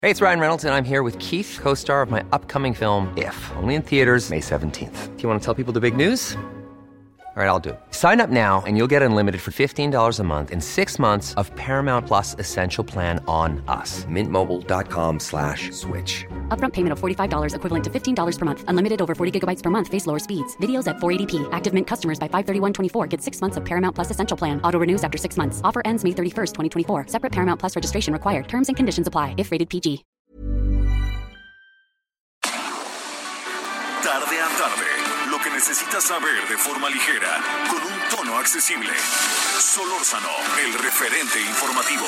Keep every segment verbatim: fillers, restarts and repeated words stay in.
Hey, it's Ryan Reynolds, and I'm here with Keith, co-star of my upcoming film, If, only in theaters May seventeenth. Do you want to tell people the big news? All right, I'll do it. Sign up now and you'll get unlimited for fifteen dollars a month and six months of Paramount Plus Essential Plan on us. Mint Mobile dot com slash switch. Upfront payment of forty-five dollars equivalent to fifteen dollars per month. Unlimited over forty gigabytes per month. Face lower speeds. Videos at four eighty p. Active Mint customers by five thirty-one twenty-four get six months of Paramount Plus Essential Plan. Auto renews after six months. Offer ends May thirty-first, twenty twenty-four. Separate Paramount Plus registration required. Terms and conditions apply if rated P G. Tarde a tarde, lo que necesitas saber de forma ligera, con un tono accesible. Solórzano, el referente informativo.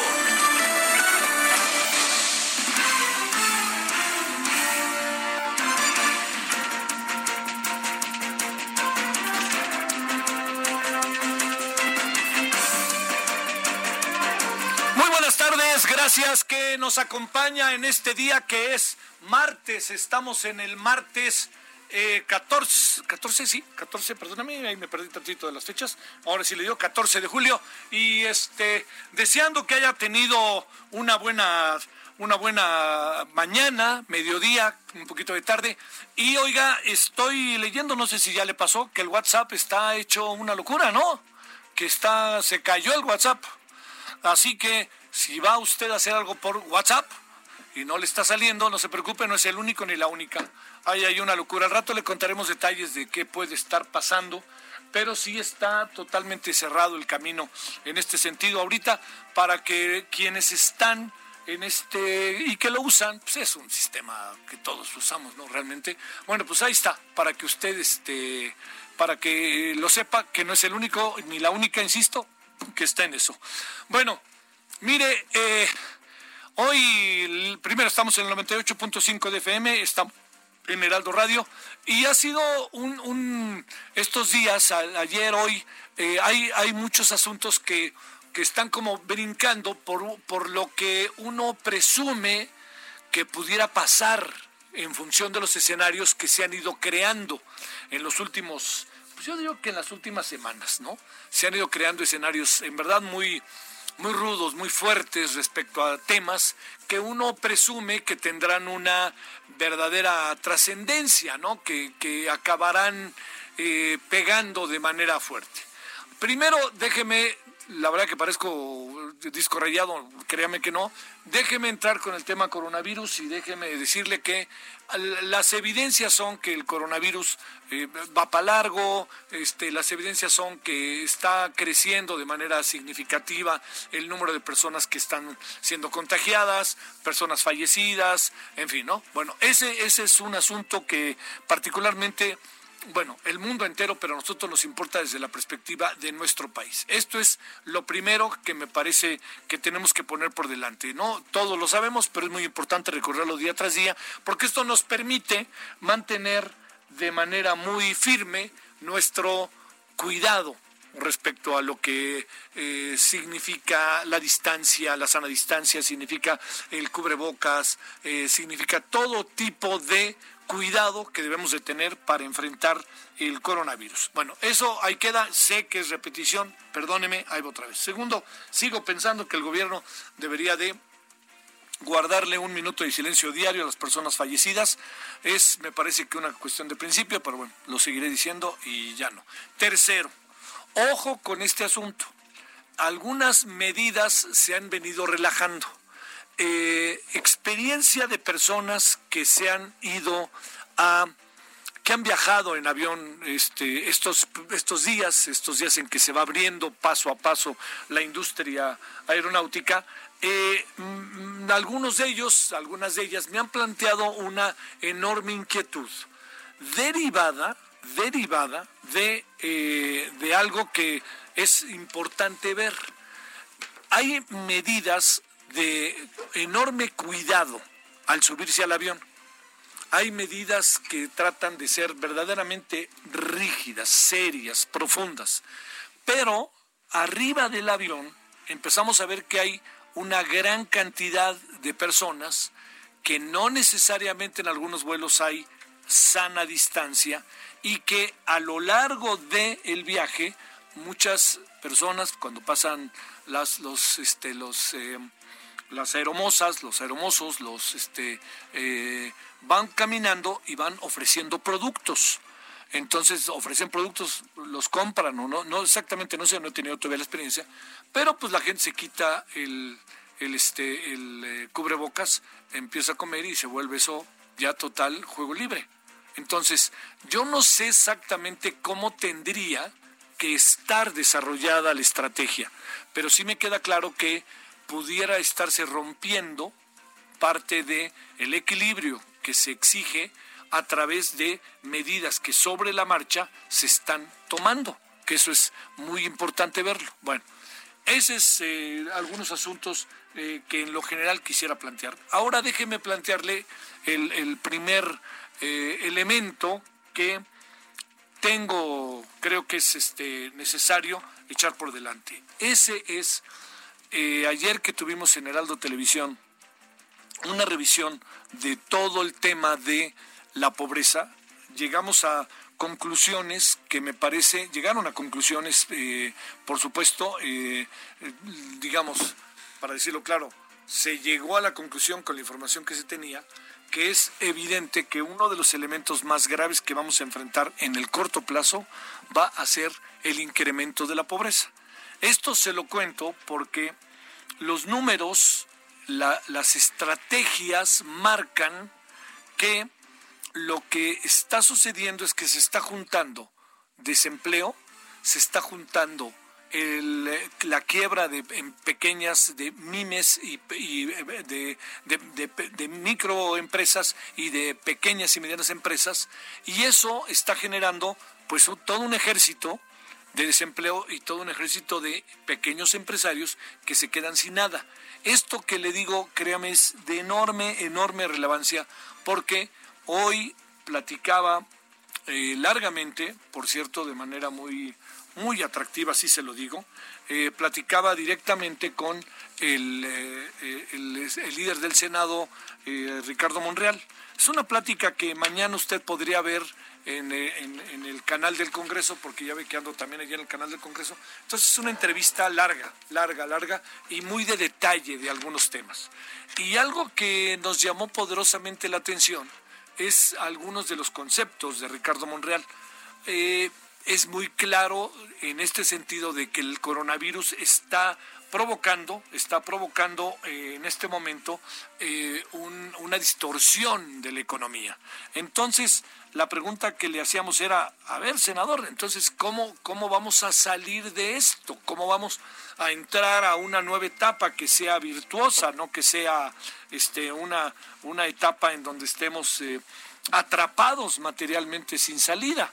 Muy buenas tardes, gracias que nos acompaña en este día que es martes. Estamos en el martes Eh, catorce, catorce, sí, catorce, perdóname, ahí me perdí tantito de las fechas, ahora sí le digo catorce de julio, y este, deseando que haya tenido una buena, una buena mañana, mediodía, un poquito de tarde, y oiga, estoy leyendo, no sé si ya le pasó, que el WhatsApp está hecho una locura, ¿no? Que está, se cayó el WhatsApp, así que si va usted a hacer algo por WhatsApp, y no le está saliendo, no se preocupe, no es el único ni la única. Ahí hay una locura. Al rato le contaremos detalles de qué puede estar pasando, pero sí está totalmente cerrado el camino en este sentido ahorita para que quienes están en este y que lo usan, pues es un sistema que todos usamos, ¿no? Realmente. Bueno, pues ahí está, para que usted, este, para que lo sepa, que no es el único ni la única, insisto, que está en eso. Bueno, mire, eh... hoy, primero estamos en el noventa y ocho punto cinco de F M, estamos en Heraldo Radio, y ha sido un, un estos días, a, ayer, hoy, eh, hay, hay muchos asuntos que, que están como brincando por, por lo que uno presume que pudiera pasar en función de los escenarios que se han ido creando en los últimos, pues yo digo que en las últimas semanas, ¿no? Se han ido creando escenarios en verdad muy... muy rudos, muy fuertes respecto a temas que uno presume que tendrán una verdadera trascendencia, ¿no? Que, que acabarán eh, pegando de manera fuerte. Primero, déjeme, la verdad que parezco disco rayado, créame que no, déjeme entrar con el tema coronavirus y déjeme decirle que las evidencias son que el coronavirus eh, va para largo, este, las evidencias son que está creciendo de manera significativa el número de personas que están siendo contagiadas, personas fallecidas, en fin, ¿no? Bueno, ese, ese es un asunto que particularmente, bueno, el mundo entero, pero a nosotros nos importa desde la perspectiva de nuestro país. Esto es lo primero que me parece que tenemos que poner por delante, ¿no? Todos lo sabemos, pero es muy importante recordarlo día tras día, porque esto nos permite mantener de manera muy firme nuestro cuidado respecto a lo que eh, significa la distancia, la sana distancia, significa el cubrebocas, eh, significa todo tipo de cuidado que debemos de tener para enfrentar el coronavirus. Bueno, eso ahí queda, sé que es repetición, perdóneme, ahí va otra vez. Segundo, sigo pensando que el gobierno debería de guardarle un minuto de silencio diario a las personas fallecidas. Es, me parece que una cuestión de principio, pero bueno, lo seguiré diciendo y ya no. Tercero, ojo con este asunto. Algunas medidas se han venido relajando. Eh, experiencia de personas que se han ido a, que han viajado en avión este, estos, estos días, estos días en que se va abriendo paso a paso la industria aeronáutica. Eh, m- algunos de ellos, algunas de ellas me han planteado una enorme inquietud derivada, derivada de, eh, de algo que es importante ver. Hay medidas de enorme cuidado al subirse al avión. Hay medidas que tratan de ser verdaderamente rígidas, serias, profundas. Pero arriba del avión empezamos a ver que hay una gran cantidad de personas que no necesariamente en algunos vuelos hay sana distancia y que a lo largo del viaje muchas personas cuando pasan las, los, este, los, eh, las aeromosas, los aeromosos, los este eh, van caminando y van ofreciendo productos. Entonces ofrecen productos, los compran, o no, no exactamente, no sé, no he tenido todavía la experiencia, pero pues la gente se quita el, el este, el eh, cubrebocas, empieza a comer y se vuelve eso ya total juego libre. Entonces, yo no sé exactamente cómo tendría que estar desarrollada la estrategia, pero sí me queda claro que pudiera estarse rompiendo parte de el equilibrio que se exige a través de medidas que sobre la marcha se están tomando, que eso es muy importante verlo. Bueno, esos es eh, algunos asuntos eh, que en lo general quisiera plantear. Ahora déjeme plantearle el, el primer eh, elemento que tengo, creo que es este necesario echar por delante. Ese es, eh, ayer que tuvimos en Heraldo Televisión una revisión de todo el tema de la pobreza, llegamos a conclusiones que me parece, llegaron a conclusiones, eh, por supuesto, eh, digamos, para decirlo claro, se llegó a la conclusión con la información que se tenía, que es evidente que uno de los elementos más graves que vamos a enfrentar en el corto plazo va a ser el incremento de la pobreza. Esto se lo cuento porque los números, la, las estrategias marcan que lo que está sucediendo es que se está juntando desempleo, se está juntando el, la quiebra de en pequeñas, de mymes y, y de, de, de, de microempresas y de pequeñas y medianas empresas, y eso está generando pues todo un ejército de desempleo y todo un ejército de pequeños empresarios que se quedan sin nada. Esto que le digo, créame, es de enorme, enorme relevancia, porque hoy platicaba eh, largamente, por cierto, de manera muy, muy atractiva, así se lo digo, eh, platicaba directamente con el, eh, el, el líder del Senado, eh, Ricardo Monreal. Es una plática que mañana usted podría ver en, en, en el canal del Congreso, porque ya ve que ando también allí en el canal del Congreso. Entonces es una entrevista larga, larga, larga y muy de detalle de algunos temas. Y algo que nos llamó poderosamente la atención es algunos de los conceptos de Ricardo Monreal. Eh, es muy claro en este sentido de que el coronavirus está provocando, está provocando eh, en este momento eh, un, una distorsión de la economía. Entonces, la pregunta que le hacíamos era, a ver, senador, entonces, ¿cómo, cómo vamos a salir de esto? ¿Cómo vamos a entrar a una nueva etapa que sea virtuosa, no que sea este, una, una etapa en donde estemos eh, atrapados materialmente sin salida?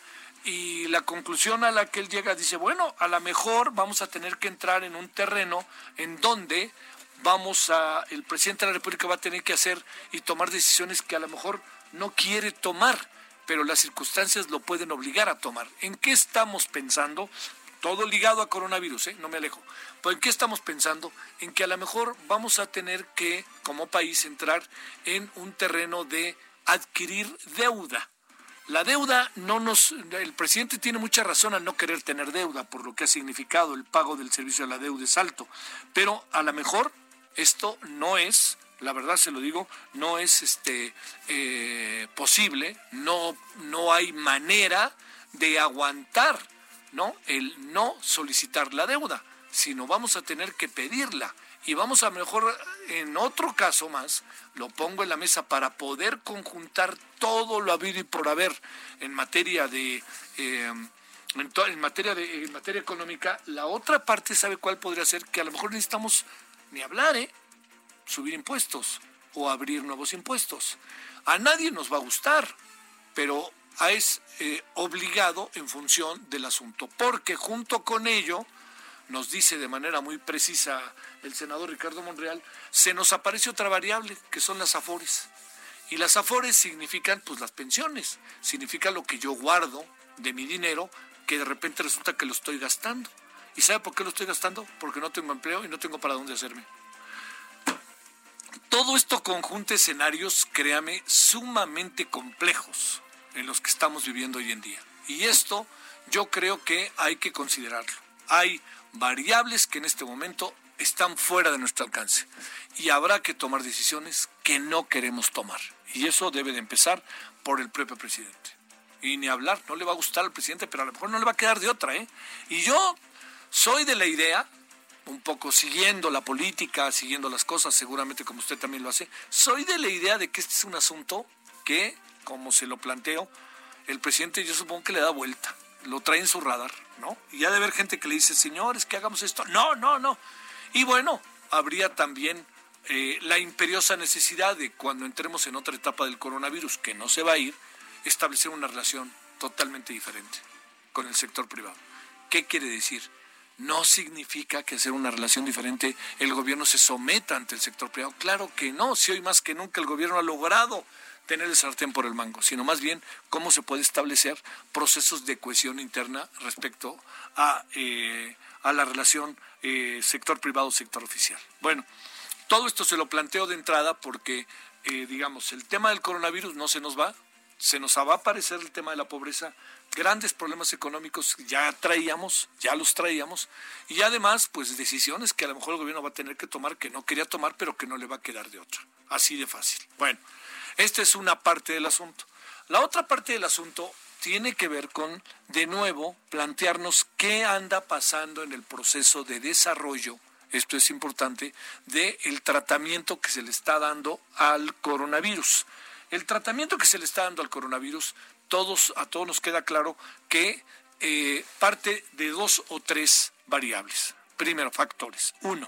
Y la conclusión a la que él llega dice, bueno, a lo mejor vamos a tener que entrar en un terreno en donde vamos a, el presidente de la República va a tener que hacer y tomar decisiones que a lo mejor no quiere tomar, pero las circunstancias lo pueden obligar a tomar. ¿En qué estamos pensando? Todo ligado a coronavirus, ¿eh? No me alejo. ¿Pero en qué estamos pensando? En que a lo mejor vamos a tener que, como país, entrar en un terreno de adquirir deuda. La deuda no nos... El presidente tiene mucha razón al no querer tener deuda, por lo que ha significado el pago del servicio a la deuda es alto. Pero a lo mejor esto no es, la verdad se lo digo, no es este eh, posible, no, no hay manera de aguantar, ¿no?, el no solicitar la deuda, sino vamos a tener que pedirla. Y vamos a mejor, en otro caso más, lo pongo en la mesa para poder conjuntar todo lo habido y por haber en materia de, eh, en, to, en materia de, en materia económica. La otra parte, ¿sabe cuál podría ser? Que a lo mejor necesitamos ni hablar, ¿eh? Subir impuestos o abrir nuevos impuestos. A nadie nos va a gustar, pero es eh, obligado en función del asunto, porque junto con ello, nos dice de manera muy precisa el senador Ricardo Monreal, se nos aparece otra variable, que son las afores. Y las afores significan, pues, las pensiones, significa lo que yo guardo de mi dinero, que de repente resulta que lo estoy gastando. ¿Y sabe por qué lo estoy gastando? Porque no tengo empleo y no tengo para dónde hacerme. Todo esto conjunta escenarios, créame, sumamente complejos en los que estamos viviendo hoy en día. Y esto yo creo que hay que considerarlo. Hay variables que en este momento están fuera de nuestro alcance y habrá que tomar decisiones que no queremos tomar. Y eso debe de empezar por el propio presidente. Y ni hablar, no le va a gustar al presidente, pero a lo mejor no le va a quedar de otra, ¿eh? Y yo soy de la idea, un poco siguiendo la política, siguiendo las cosas, seguramente como usted también lo hace, soy de la idea de que este es un asunto que, como se lo planteo, el presidente yo supongo que le da vuelta, lo trae en su radar, ¿no? Y ha de haber gente que le dice, señores, que hagamos esto. No, no, no. Y bueno, habría también eh, la imperiosa necesidad de cuando entremos en otra etapa del coronavirus, que no se va a ir, establecer una relación totalmente diferente con el sector privado. ¿Qué quiere decir? No significa que hacer una relación diferente el gobierno se someta ante el sector privado. Claro que no, si hoy más que nunca el gobierno ha logrado tener el sartén por el mango, sino más bien cómo se puede establecer procesos de cohesión interna respecto a, eh, a la relación eh, sector privado-sector oficial. Bueno, todo esto se lo planteo de entrada porque, eh, digamos, el tema del coronavirus no se nos va, se nos va a aparecer el tema de la pobreza, grandes problemas económicos ya traíamos, ya los traíamos, y además, pues decisiones que a lo mejor el gobierno va a tener que tomar, que no quería tomar, pero que no le va a quedar de otra. Así de fácil. Bueno, esta es una parte del asunto. La otra parte del asunto tiene que ver con, de nuevo, plantearnos qué anda pasando en el proceso de desarrollo, esto es importante, del tratamiento que se le está dando al coronavirus. El tratamiento que se le está dando al coronavirus, todos, a todos nos queda claro que eh, parte de dos o tres variables. Primero, factores. Uno,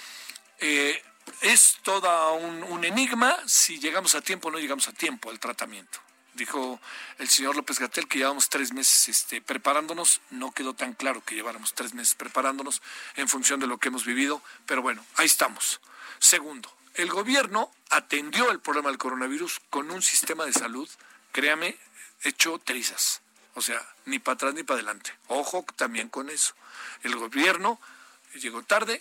eh, es todo un, un enigma si llegamos a tiempo o no llegamos a tiempo al tratamiento. Dijo el señor López-Gatell que llevamos tres meses este, preparándonos. No quedó tan claro que lleváramos tres meses preparándonos en función de lo que hemos vivido, pero bueno, ahí estamos. Segundo, el gobierno atendió el problema del coronavirus con un sistema de salud, créame, hecho trizas. O sea, ni para atrás ni para adelante. Ojo también con eso. El gobierno llegó tarde,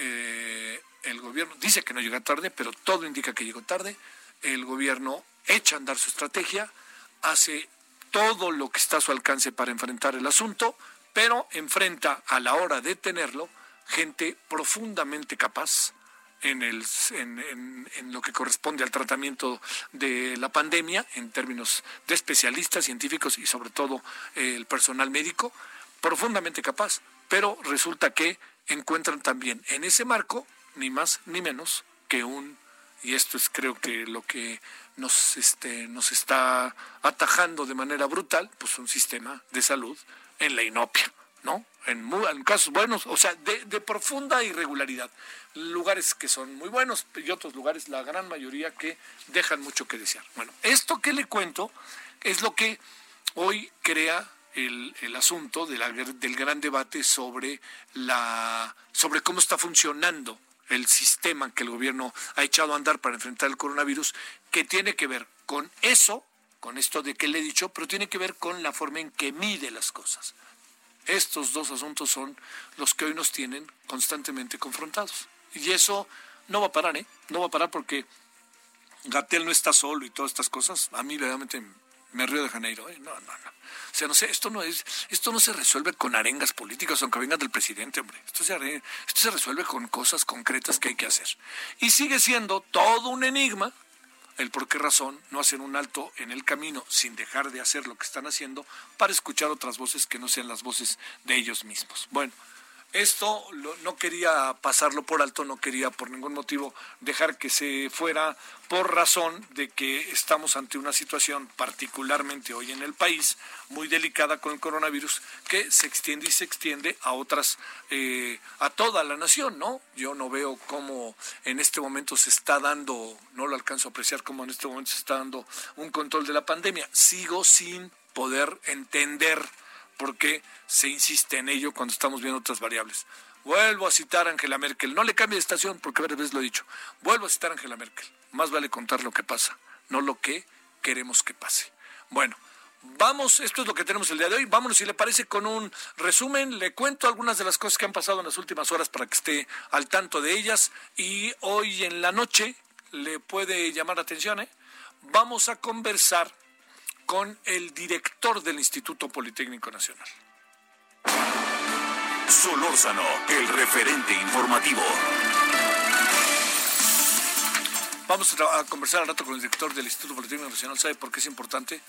eh, el gobierno dice que no llega tarde, pero todo indica que llegó tarde. El gobierno echa a andar su estrategia, hace todo lo que está a su alcance para enfrentar el asunto, pero enfrenta a la hora de tenerlo gente profundamente capaz, En, el, en, en, en lo que corresponde al tratamiento de la pandemia, en términos de especialistas, científicos y sobre todo eh, el personal médico, profundamente capaz, pero resulta que encuentran también en ese marco, ni más ni menos que un, y esto es creo que lo que nos, este, nos está atajando de manera brutal, pues un sistema de salud en la inopia, ¿no? En, en casos buenos, o sea, de, de profunda irregularidad. Lugares que son muy buenos y otros lugares, la gran mayoría, que dejan mucho que desear. Bueno, esto que le cuento es lo que hoy crea el, el asunto de la, del gran debate sobre, la, sobre cómo está funcionando el sistema que el gobierno ha echado a andar para enfrentar el coronavirus, que tiene que ver con eso, con esto de que le he dicho, pero tiene que ver con la forma en que mide las cosas. Estos dos asuntos son los que hoy nos tienen constantemente confrontados. Y eso no va a parar, ¿eh? No va a parar porque Gatell no está solo y todas estas cosas. A mí verdaderamente me río de Janeiro, ¿eh? No, no, no. O sea, no sé, esto no es, esto no se resuelve con arengas políticas, aunque vengan del presidente, hombre. Esto se, esto se resuelve con cosas concretas que hay que hacer. Y sigue siendo todo un enigma el por qué razón no hacen un alto en el camino sin dejar de hacer lo que están haciendo para escuchar otras voces que no sean las voces de ellos mismos. Bueno, esto lo, no quería pasarlo por alto, no quería por ningún motivo dejar que se fuera, por razón de que estamos ante una situación particularmente hoy en el país muy delicada con el coronavirus, que se extiende y se extiende a otras, eh, a toda la nación, ¿no? Yo no veo cómo en este momento se está dando, no lo alcanzo a apreciar cómo en este momento se está dando un control de la pandemia. Sigo sin poder entender por qué se insiste en ello cuando estamos viendo otras variables. Vuelvo a citar a Angela Merkel. No le cambie de estación porque varias veces lo he dicho. Vuelvo a citar a Angela Merkel. Más vale contar lo que pasa, no lo que queremos que pase. Bueno, vamos, esto es lo que tenemos el día de hoy. Vámonos, si le parece, con un resumen. Le cuento algunas de las cosas que han pasado en las últimas horas para que esté al tanto de ellas. Y hoy en la noche le puede llamar la atención, ¿eh? Vamos a conversar con el director del Instituto Politécnico Nacional. Solórzano, el referente informativo. Vamos a, a conversar al rato con el director del Instituto Politécnico Nacional. ¿Sabe por qué es importante?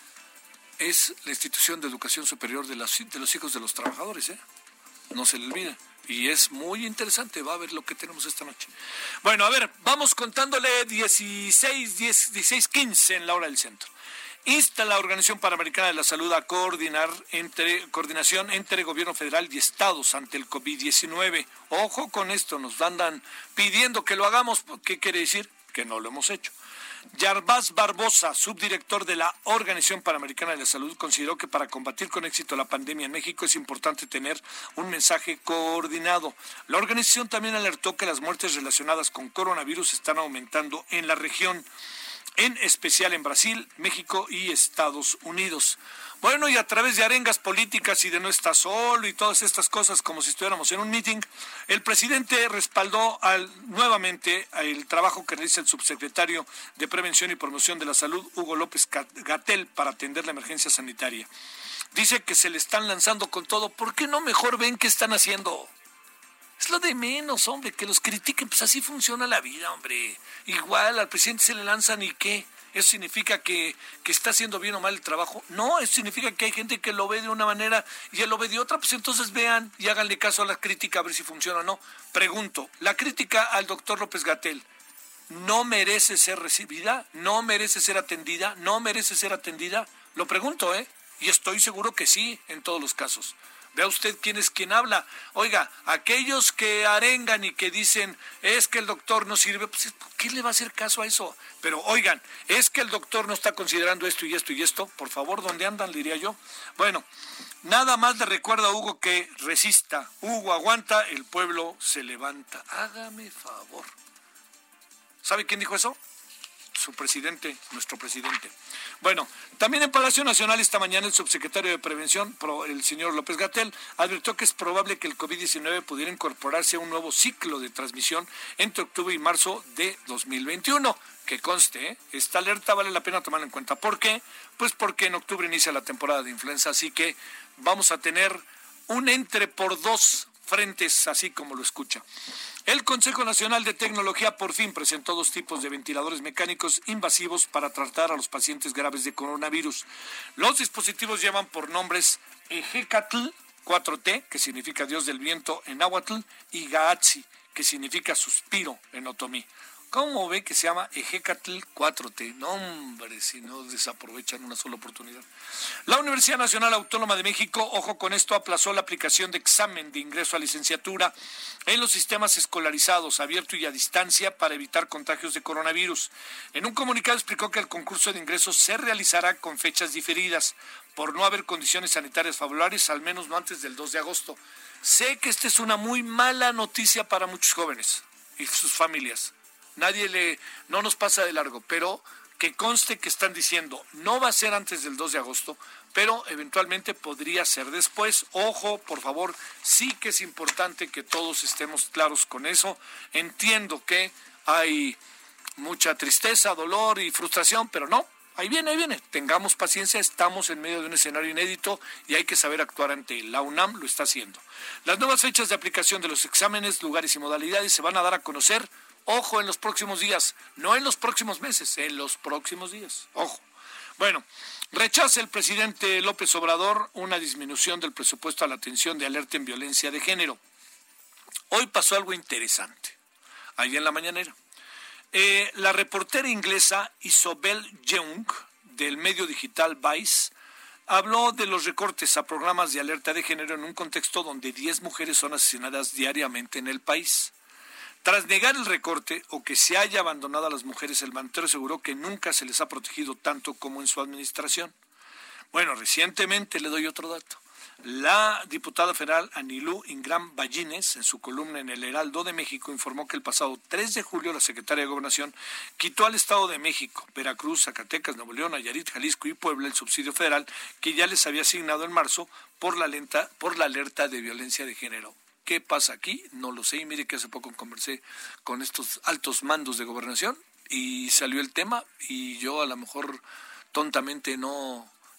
Es la institución de educación superior de, las, de los hijos de los trabajadores, ¿eh? No se le olvide. Y es muy interesante, va a ver lo que tenemos esta noche. Bueno, a ver, vamos contándole dieciséis, diez, dieciséis quince en la hora del centro. Insta la Organización Panamericana de la Salud a coordinar entre coordinación entre gobierno federal y estados ante el COVID diecinueve. Ojo con esto, nos andan pidiendo que lo hagamos. ¿Qué quiere decir? Que no lo hemos hecho. Yarbás Barbosa, subdirector de la Organización Panamericana de la Salud, consideró que para combatir con éxito la pandemia en México es importante tener un mensaje coordinado. La organización también alertó que las muertes relacionadas con coronavirus están aumentando en la región, en especial en Brasil, México y Estados Unidos. Bueno, y a través de arengas políticas y de no estar solo y todas estas cosas, como si estuviéramos en un meeting, el presidente respaldó al, nuevamente el trabajo que realiza el subsecretario de Prevención y Promoción de la Salud, Hugo López-Gatell, para atender la emergencia sanitaria. Dice que se le están lanzando con todo. ¿Por qué no mejor ven qué están haciendo? Es lo de menos, hombre, que los critiquen, pues así funciona la vida, hombre. Igual al presidente se le lanzan y ¿qué? ¿Eso significa que, que está haciendo bien o mal el trabajo? No, eso significa que hay gente que lo ve de una manera y él lo ve de otra, pues entonces vean y háganle caso a la crítica a ver si funciona o no. Pregunto, ¿la crítica al doctor López-Gatell no merece ser recibida? ¿No merece ser atendida? ¿No merece ser atendida? Lo pregunto, ¿eh? Y estoy seguro que sí, en todos los casos. Vea usted quién es quien habla. Oiga, aquellos que arengan y que dicen, es que el doctor no sirve, pues ¿qué le va a hacer caso a eso? Pero oigan, es que el doctor no está considerando esto y esto y esto. Por favor, ¿dónde andan? Le diría yo. Bueno, nada más le recuerdo a Hugo que resista. Hugo aguanta, el pueblo se levanta. Hágame favor. ¿Sabe quién dijo eso? Su presidente, nuestro presidente. Bueno, también en Palacio Nacional esta mañana el subsecretario de Prevención, el señor López-Gatell, advirtió que es probable que el COVID diecinueve pudiera incorporarse a un nuevo ciclo de transmisión entre octubre y marzo de dos mil veintiuno. Que conste, ¿eh? Esta alerta vale la pena tomarla en cuenta. ¿Por qué? Pues porque en octubre inicia la temporada de influenza, así que vamos a tener un entre por dos frentes, así como lo escucha. El Consejo Nacional de Tecnología por fin presentó dos tipos de ventiladores mecánicos invasivos para tratar a los pacientes graves de coronavirus. Los dispositivos llevan por nombres Ejecatl cuatro T, que significa Dios del viento en náhuatl, y Gaatzi, que significa suspiro en otomí. ¿Cómo ve que se llama Ejecatl cuatro T? No, hombre, si no desaprovechan una sola oportunidad. La Universidad Nacional Autónoma de México, ojo con esto, aplazó la aplicación de examen de ingreso a licenciatura en los sistemas escolarizados, abierto y a distancia, para evitar contagios de coronavirus. En un comunicado explicó que el concurso de ingresos se realizará con fechas diferidas, por no haber condiciones sanitarias favorables, al menos no antes del dos de agosto. Sé que esta es una muy mala noticia para muchos jóvenes y sus familias. Nadie le, no nos pasa de largo, pero que conste que están diciendo, no va a ser antes del dos de agosto, pero eventualmente podría ser después. Ojo, por favor, sí que es importante que todos estemos claros con eso. Entiendo que hay mucha tristeza, dolor y frustración, pero no, ahí viene, ahí viene. Tengamos paciencia, estamos en medio de un escenario inédito y hay que saber actuar ante él. La UNAM lo está haciendo. Las nuevas fechas de aplicación de los exámenes, lugares y modalidades se van a dar a conocer. Ojo, en los próximos días, no en los próximos meses, en los próximos días. Ojo. Bueno, rechaza el presidente López Obrador una disminución del presupuesto a la atención de alerta en violencia de género. Hoy pasó algo interesante, ahí en la mañanera. Eh, la reportera inglesa Isobel Young, del medio digital Vice, habló de los recortes a programas de alerta de género en un contexto donde diez mujeres son asesinadas diariamente en el país. Tras negar el recorte o que se haya abandonado a las mujeres, el mandatario aseguró que nunca se les ha protegido tanto como en su administración. Bueno, recientemente le doy otro dato. La diputada federal Anilú Ingram Ballines, en su columna en El Heraldo de México, informó que el pasado tres de julio la secretaria de Gobernación quitó al Estado de México, Veracruz, Zacatecas, Nuevo León, Nayarit, Jalisco y Puebla el subsidio federal que ya les había asignado en marzo por la, lenta, por la alerta de violencia de género. ¿Qué pasa aquí? No lo sé, y mire que hace poco conversé con estos altos mandos de gobernación y salió el tema y yo a lo mejor tontamente no,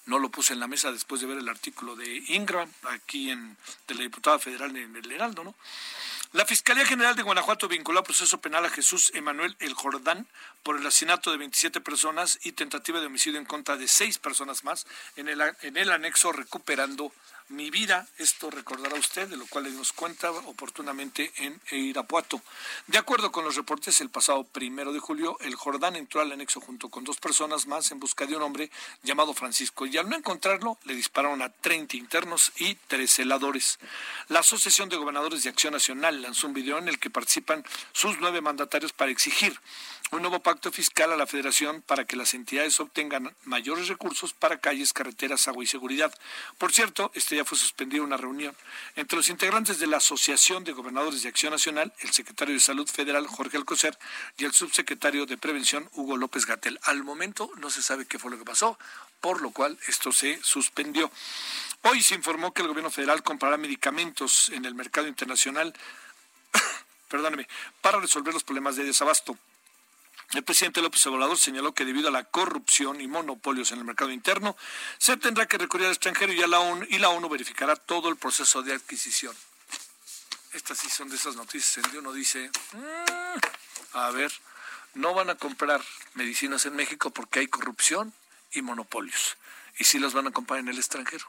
no lo puse en la mesa después de ver el artículo de Ingram, aquí en de la diputada federal en el Heraldo, ¿no? La Fiscalía General de Guanajuato vinculó a proceso penal a Jesús Emanuel El Jordán por el asesinato de veintisiete personas y tentativa de homicidio en contra de seis personas más en el, en el anexo Recuperando Mi Vida. Esto recordará usted, de lo cual le dimos cuenta oportunamente en Irapuato. De acuerdo con los reportes, el pasado primero de julio, El Jordán entró al anexo junto con dos personas más en busca de un hombre llamado Francisco, y al no encontrarlo, le dispararon a treinta internos y tres celadores. La Asociación de Gobernadores de Acción Nacional lanzó un video en el que participan sus nueve mandatarios para exigir un nuevo pacto fiscal a la Federación para que las entidades obtengan mayores recursos para calles, carreteras, agua y seguridad. Por cierto, este día fue suspendida una reunión entre los integrantes de la Asociación de Gobernadores de Acción Nacional, el secretario de Salud Federal, Jorge Alcocer, y el subsecretario de Prevención, Hugo López-Gatell. Al momento no se sabe qué fue lo que pasó, por lo cual esto se suspendió. Hoy se informó que el gobierno federal comprará medicamentos en el mercado internacional perdóneme, para resolver los problemas de desabasto. El presidente López Obrador señaló que debido a la corrupción y monopolios en el mercado interno, se tendrá que recurrir al extranjero y, a la ONU, y la ONU verificará todo el proceso de adquisición. Estas sí son de esas noticias en donde uno dice, mmm, a ver, no van a comprar medicinas en México porque hay corrupción y monopolios. Y sí las van a comprar en el extranjero.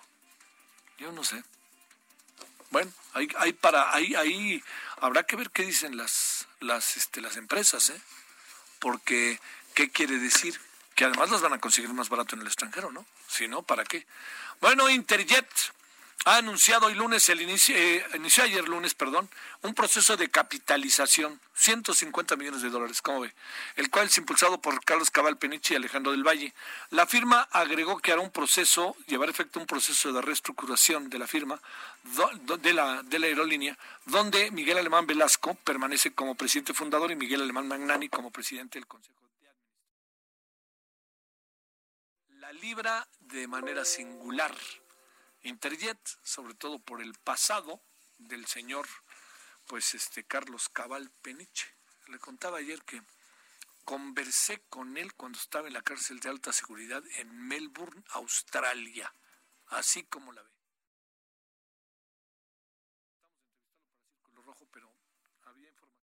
Yo no sé. Bueno, ahí, ahí para, ahí, ahí habrá que ver qué dicen las, las, este, las empresas, ¿eh? Porque, ¿qué quiere decir? Que además las van a conseguir más barato en el extranjero, ¿no? Si no, ¿para qué? Bueno, Interjet ha anunciado hoy lunes, el inicio, eh, inició ayer lunes, perdón, un proceso de capitalización, ciento cincuenta millones de dólares, ¿cómo ve? El cual es impulsado por Carlos Cabal Peniche y Alejandro del Valle. La firma agregó que hará un proceso, llevar a efecto un proceso de reestructuración de la firma, do, de, la, de la aerolínea, donde Miguel Alemán Velasco permanece como presidente fundador y Miguel Alemán Magnani como presidente del Consejo de Administración. La libra de manera singular Interjet, sobre todo por el pasado del señor pues este Carlos Cabal Peniche. Le contaba ayer que conversé con él cuando estaba en la cárcel de alta seguridad en Melbourne, Australia, así como la ve. Estamos entrevistando para Círculo Rojo, pero había información.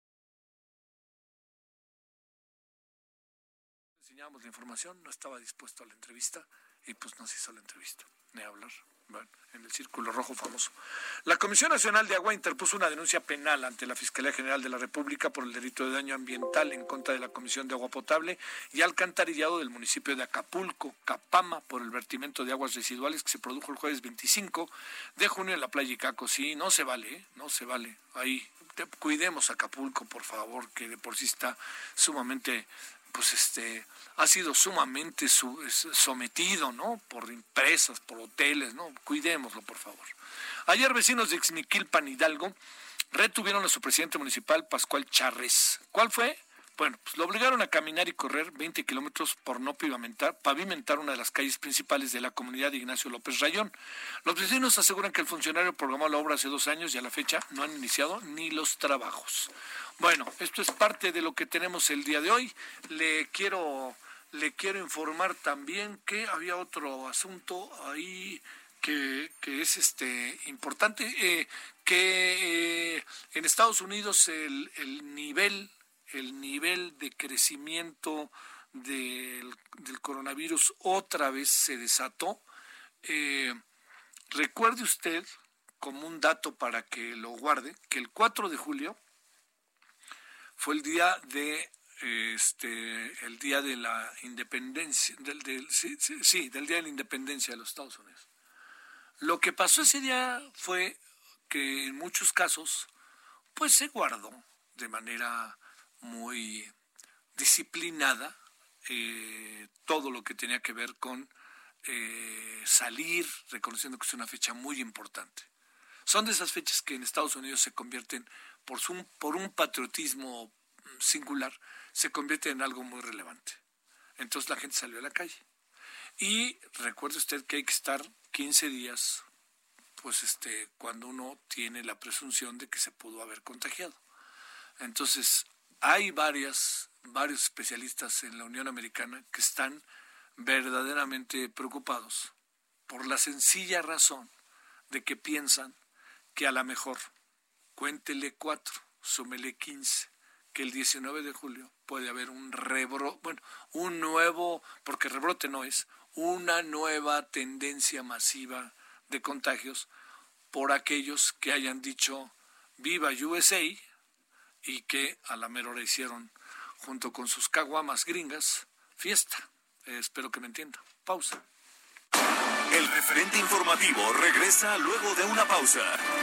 Enseñábamos la información, no estaba dispuesto a la entrevista y pues no se hizo la entrevista, ni hablar. Bueno, en el Círculo Rojo famoso. La Comisión Nacional de Agua interpuso una denuncia penal ante la Fiscalía General de la República por el delito de daño ambiental en contra de la Comisión de Agua Potable y Alcantarillado del municipio de Acapulco, Capama, por el vertimiento de aguas residuales que se produjo el jueves veinticinco de junio en la playa Icaco. Sí, no se vale, ¿eh? No se vale. Ahí, te, cuidemos Acapulco, por favor, que de por sí está sumamente... pues este ha sido sumamente su, es, sometido, ¿no? Por empresas, por hoteles, ¿no? Cuidémoslo, por favor. Ayer vecinos de Ixmiquilpan, Hidalgo, retuvieron a su presidente municipal, Pascual Charres. ¿Cuál fue? Bueno, pues lo obligaron a caminar y correr veinte kilómetros por no pavimentar, pavimentar una de las calles principales de la comunidad de Ignacio López Rayón. Los vecinos aseguran que el funcionario programó la obra hace dos años y a la fecha no han iniciado ni los trabajos. Bueno, esto es parte de lo que tenemos el día de hoy. Le quiero, le quiero informar también que había otro asunto ahí que, que es este importante, eh, que eh, en Estados Unidos el, el nivel, el nivel de crecimiento del, del coronavirus otra vez se desató. Eh, recuerde usted, como un dato para que lo guarde, que el cuatro de julio fue el día de este el día de la independencia del, del sí, sí, sí, del día de la independencia de los Estados Unidos. Lo que pasó ese día fue que en muchos casos pues se guardó de manera muy disciplinada eh, todo lo que tenía que ver con eh, salir, reconociendo que es una fecha muy importante. Son de esas fechas que en Estados Unidos se convierten por, su, por un patriotismo singular, se convierte en algo muy relevante. Entonces la gente salió a la calle. Y recuerde usted que hay que estar quince días, pues este, cuando uno tiene la presunción de que se pudo haber contagiado. Entonces, hay varias, varios especialistas en la Unión Americana que están verdaderamente preocupados por la sencilla razón de que piensan que a lo mejor cuéntele cuatro, súmele quince, que el diecinueve de julio puede haber un rebrote, bueno, un nuevo, porque rebrote no es, una nueva tendencia masiva de contagios por aquellos que hayan dicho viva U S A y que a la mera hora hicieron, junto con sus caguamas gringas, fiesta. Eh, espero que me entiendan. Pausa. El referente informativo regresa luego de una pausa.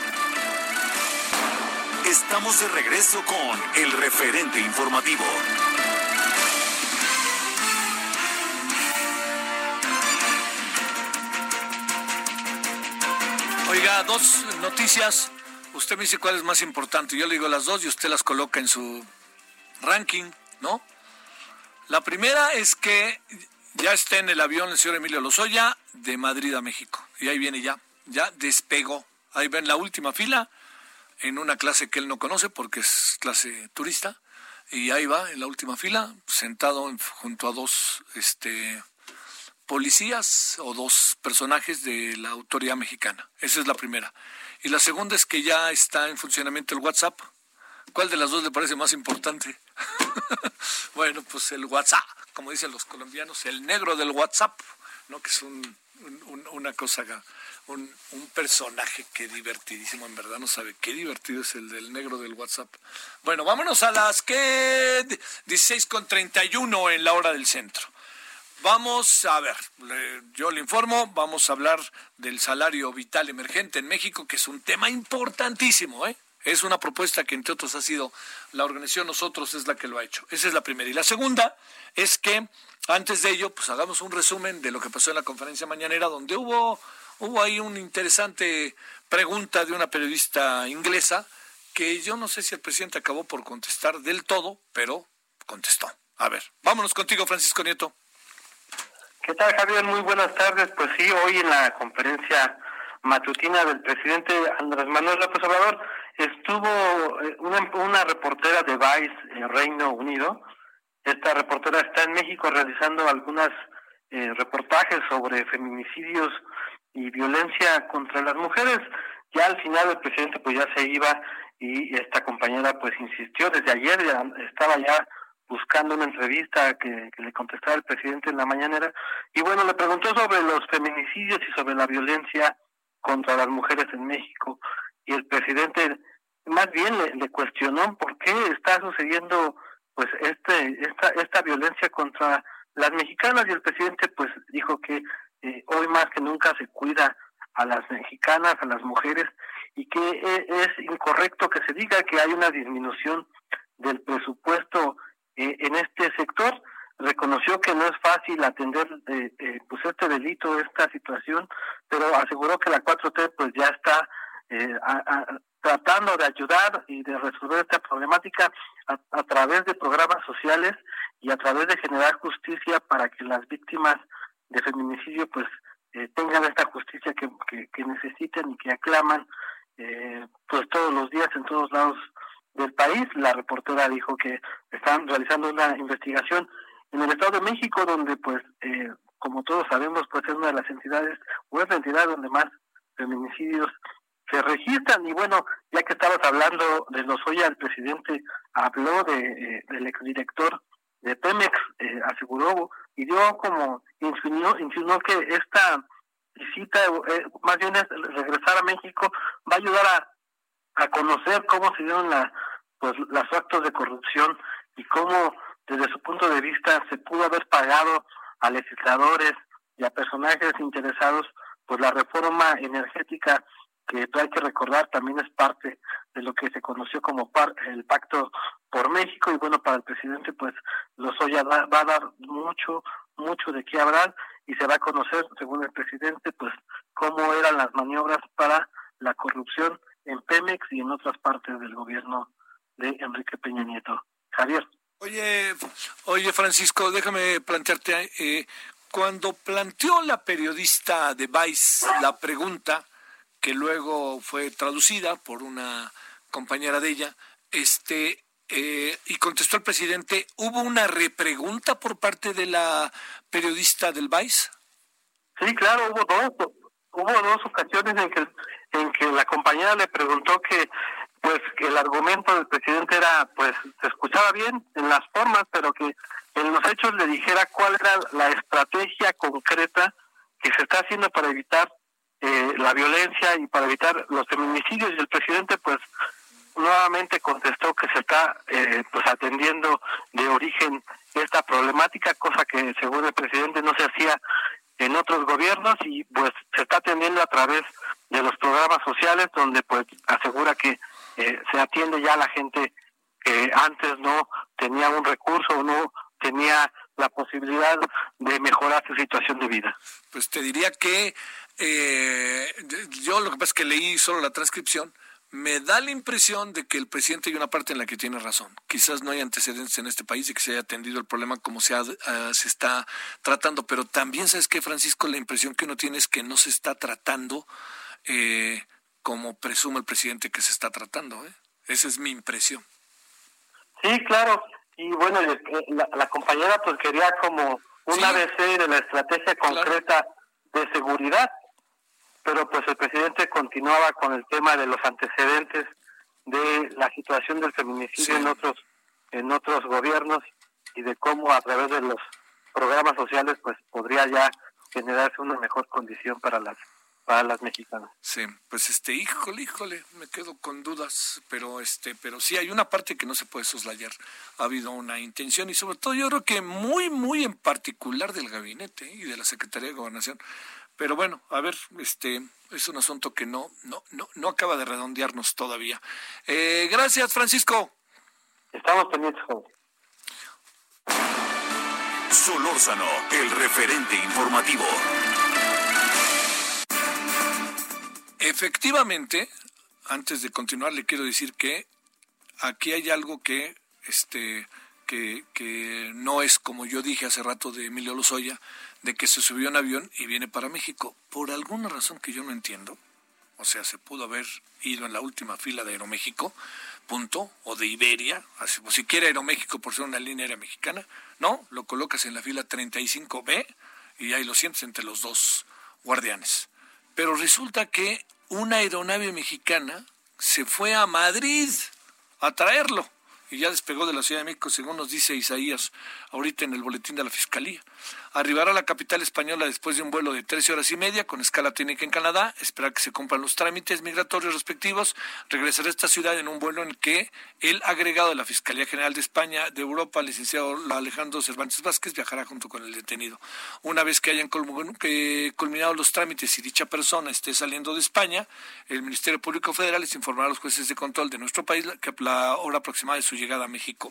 Estamos de regreso con el referente informativo. Oiga, dos noticias. Usted me dice cuál es más importante. Yo le digo las dos y usted las coloca en su ranking, ¿no? La primera es que ya está en el avión el señor Emilio Lozoya de Madrid a México. Y ahí viene ya, ya despegó. Ahí ven la última fila en una clase que él no conoce porque es clase turista. Y ahí va en la última fila, sentado en, junto a dos este, policías o dos personajes de la autoridad mexicana. Esa es la primera. Y la segunda es que ya está en funcionamiento el WhatsApp. ¿Cuál de las dos le parece más importante? Bueno, pues el WhatsApp, como dicen los colombianos, el negro del WhatsApp, ¿no? Que es un, un, una cosa, un, un personaje que divertidísimo, en verdad no sabe qué divertido es el del negro del WhatsApp. Bueno, vámonos a las que dieciséis con treinta y uno en la hora del centro. Vamos a ver, yo le informo, vamos a hablar del salario vital emergente en México, que es un tema importantísimo, ¿eh? Es una propuesta que, entre otros, ha sido la organización Nosotros es la que lo ha hecho. Esa es la primera. Y la segunda es que, antes de ello, pues hagamos un resumen de lo que pasó en la conferencia mañanera, donde hubo, hubo ahí una interesante pregunta de una periodista inglesa, que yo no sé si el presidente acabó por contestar del todo, pero contestó. A ver, vámonos contigo, Francisco Nieto. ¿Qué tal, Javier? Muy buenas tardes. Pues sí, hoy en la conferencia matutina del presidente Andrés Manuel López Obrador estuvo una, una reportera de Vice en Reino Unido. Esta reportera está en México realizando algunos eh, reportajes sobre feminicidios y violencia contra las mujeres. Ya al final el presidente pues ya se iba y esta compañera pues insistió desde ayer, ya estaba ya buscando una entrevista que, que le contestara el presidente en la mañanera, y bueno, le preguntó sobre los feminicidios y sobre la violencia contra las mujeres en México, y el presidente más bien le, le cuestionó por qué está sucediendo pues este esta esta violencia contra las mexicanas, y el presidente pues dijo que eh, hoy más que nunca se cuida a las mexicanas, a las mujeres, y que eh, es incorrecto que se diga que hay una disminución del presupuesto Eh, en este sector. Reconoció que no es fácil atender eh, eh, pues este delito, esta situación, pero aseguró que la cuatro T pues ya está eh, a, a, tratando de ayudar y de resolver esta problemática a, a través de programas sociales y a través de generar justicia para que las víctimas de feminicidio pues eh, tengan esta justicia que, que, que necesitan y que aclaman eh, pues todos los días en todos lados del país. La reportera dijo que están realizando una investigación en el Estado de México, donde pues eh, como todos sabemos pues es una de las entidades o es la entidad donde más feminicidios se registran. Y bueno, ya que estabas hablando de Lozoya, el presidente habló de eh, del exdirector de Pemex, eh, aseguró y dio como insinuó, insinuó que esta visita eh, más bien es regresar a México va a ayudar a a conocer cómo se dieron la, pues, los actos de corrupción y cómo desde su punto de vista se pudo haber pagado a legisladores y a personajes interesados pues la reforma energética, que hay que recordar también es parte de lo que se conoció como par, el Pacto por México. Y bueno, para el presidente pues Lozoya va, va a dar mucho, mucho de qué hablar, y se va a conocer, según el presidente, pues cómo eran las maniobras para la corrupción en Pemex y en otras partes del gobierno de Enrique Peña Nieto. Javier. Oye, oye Francisco, déjame plantearte, eh, cuando planteó la periodista de Vice la pregunta, que luego fue traducida por una compañera de ella, este, eh, y contestó el presidente, ¿hubo una repregunta por parte de la periodista del Vice? Sí, claro, hubo dos, hubo dos ocasiones en que en que la compañera le preguntó que pues que el argumento del presidente era, pues se escuchaba bien en las formas, pero que en los hechos le dijera cuál era la estrategia concreta que se está haciendo para evitar eh, la violencia y para evitar los feminicidios. Y el presidente pues nuevamente contestó que se está eh, pues atendiendo de origen esta problemática, cosa que según el presidente no se hacía en otros gobiernos, y pues se está atendiendo a través de los programas sociales, donde pues asegura que eh, se atiende ya a la gente que antes no tenía un recurso o no tenía la posibilidad de mejorar su situación de vida. Pues te diría que eh, yo lo que pasa es que leí solo la transcripción. Me da la impresión de que el presidente hay una parte en la que tiene razón. Quizás no hay antecedentes en este país de que se haya atendido el problema como se, ha, uh, se está tratando, pero también, ¿sabes qué, Francisco? La impresión que uno tiene es que no se está tratando eh, como presume el presidente que se está tratando. ¿eh? Esa es mi impresión. Sí, claro. Y bueno, la, la compañera pues quería como un sí. A B C de la estrategia concreta claro. de seguridad. Pero pues el presidente continuaba con el tema de los antecedentes de la situación del feminicidio sí. en otros en otros gobiernos y de cómo a través de los programas sociales pues podría ya generarse una mejor condición para las para las mexicanas. Sí, pues este, híjole, híjole, me quedo con dudas, pero este, pero sí hay una parte que no se puede soslayar. Ha habido una intención y sobre todo yo creo que muy, muy en particular del gabinete y de la Secretaría de Gobernación. Pero bueno, a ver, este es un asunto que no no no no acaba de redondearnos todavía. Eh, gracias, Francisco. Estamos pendientes, joven. Solórzano, el referente informativo. Efectivamente, antes de continuar, le quiero decir que aquí hay algo que este que que no es como yo dije hace rato de Emilio Lozoya, de que se subió un avión y viene para México. Por alguna razón que yo no entiendo, o sea, se pudo haber ido en la última fila de Aeroméxico, punto, o de Iberia, así, o siquiera Aeroméxico por ser una línea aérea mexicana, no, lo colocas en la fila treinta y cinco B y ahí lo sientes entre los dos guardianes. Pero resulta que una aeronave mexicana se fue a Madrid a traerlo y ya despegó de la Ciudad de México, según nos dice Isaías ahorita en el boletín de la Fiscalía. Arribará a la capital española después de un vuelo de trece horas y media con escala técnica en Canadá, esperar que se cumplan los trámites migratorios respectivos, regresará a esta ciudad en un vuelo en que el agregado de la Fiscalía General de España de Europa, el licenciado Alejandro Cervantes Vázquez, viajará junto con el detenido. Una vez que hayan culminado los trámites y dicha persona esté saliendo de España, el Ministerio Público Federal les informará a los jueces de control de nuestro país que la hora aproximada de su llegada a México.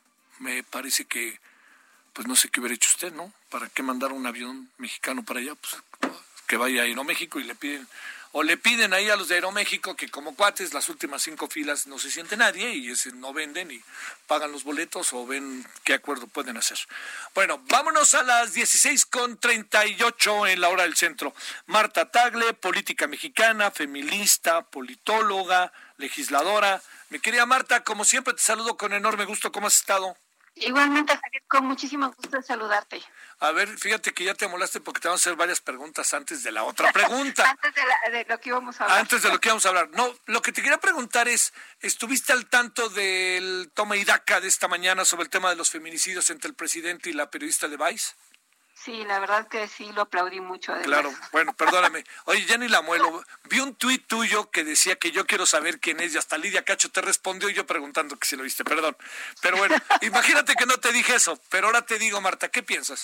Me parece que pues no sé qué hubiera hecho usted, ¿no? ¿Para qué mandar un avión mexicano para allá? Pues que vaya a Aeroméxico y le piden, o le piden ahí a los de Aeroméxico que como cuates las últimas cinco filas no se siente nadie y ese no venden y pagan los boletos o ven qué acuerdo pueden hacer. Bueno, vámonos a las dieciséis con treinta y ocho en la hora del centro. Marta Tagle, política mexicana, feminista, politóloga, legisladora. Mi querida Marta, como siempre te saludo con enorme gusto. ¿Cómo has estado? Igualmente, Javier, con muchísimo gusto de saludarte. A ver, fíjate que ya te molaste porque te vamos a hacer varias preguntas antes de la otra pregunta. antes de, la, de lo que íbamos a hablar. Antes de lo que íbamos a hablar. No, lo que te quería preguntar es, ¿estuviste al tanto del toma y daca de esta mañana sobre el tema de los feminicidios entre el presidente y la periodista de Vice? Sí, la verdad que sí, lo aplaudí mucho. Además. Claro, bueno, perdóname. Oye, ya ni la muelo. Vi un tuit tuyo que decía que yo quiero saber quién es y hasta Lidia Cacho te respondió y yo preguntando que si lo viste, perdón. Pero bueno, imagínate que no te dije eso, pero ahora te digo, Marta, ¿qué piensas?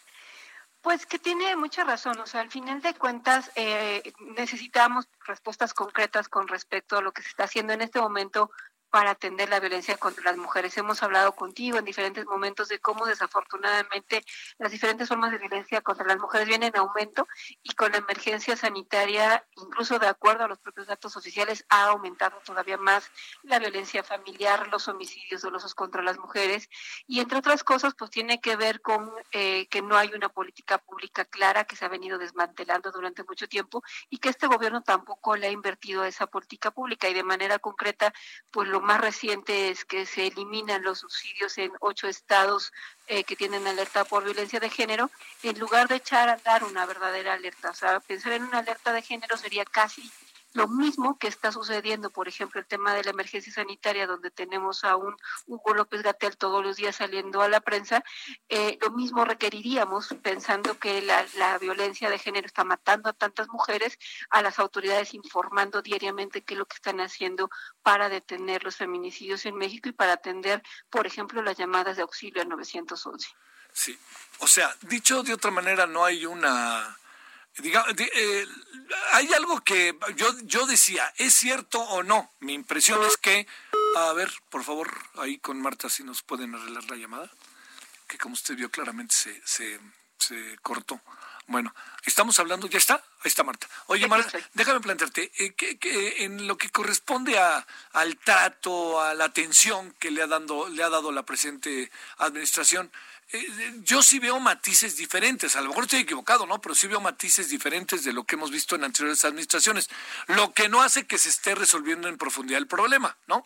Pues que tiene mucha razón, o sea, al final de cuentas eh, necesitamos respuestas concretas con respecto a lo que se está haciendo en este momento para atender la violencia contra las mujeres. Hemos hablado contigo en diferentes momentos de cómo desafortunadamente las diferentes formas de violencia contra las mujeres vienen en aumento y con la emergencia sanitaria, incluso de acuerdo a los propios datos oficiales, ha aumentado todavía más la violencia familiar, los homicidios dolosos contra las mujeres y entre otras cosas pues tiene que ver con eh, que no hay una política pública clara que se ha venido desmantelando durante mucho tiempo y que este gobierno tampoco le ha invertido a esa política pública y de manera concreta pues lo lo más reciente es que se eliminan los subsidios en ocho estados eh, que tienen alerta por violencia de género, en lugar de echar a dar una verdadera alerta. O sea, pensar en una alerta de género sería casi lo mismo que está sucediendo, por ejemplo, el tema de la emergencia sanitaria, donde tenemos a un Hugo López-Gatell todos los días saliendo a la prensa. Eh, lo mismo requeriríamos, pensando que la, la violencia de género está matando a tantas mujeres, a las autoridades informando diariamente qué es lo que están haciendo para detener los feminicidios en México y para atender, por ejemplo, las llamadas de auxilio al nueve once. Sí, o sea, dicho de otra manera, no hay una... Diga, eh, hay algo que yo yo decía, ¿es cierto o no? Mi impresión es que, a ver, por favor, ahí con Marta, si nos pueden arreglar la llamada, que como usted vio claramente se se, se cortó. Bueno, estamos hablando, ¿ya está? Ahí está Marta. Oye, Marta, déjame plantearte, eh, que, que en lo que corresponde a, al trato, a la atención que le ha, dando, le ha dado la presente administración, Eh, yo sí veo matices diferentes, a lo mejor estoy equivocado, ¿no? Pero sí veo matices diferentes de lo que hemos visto en anteriores administraciones, lo que no hace que se esté resolviendo en profundidad el problema, ¿no?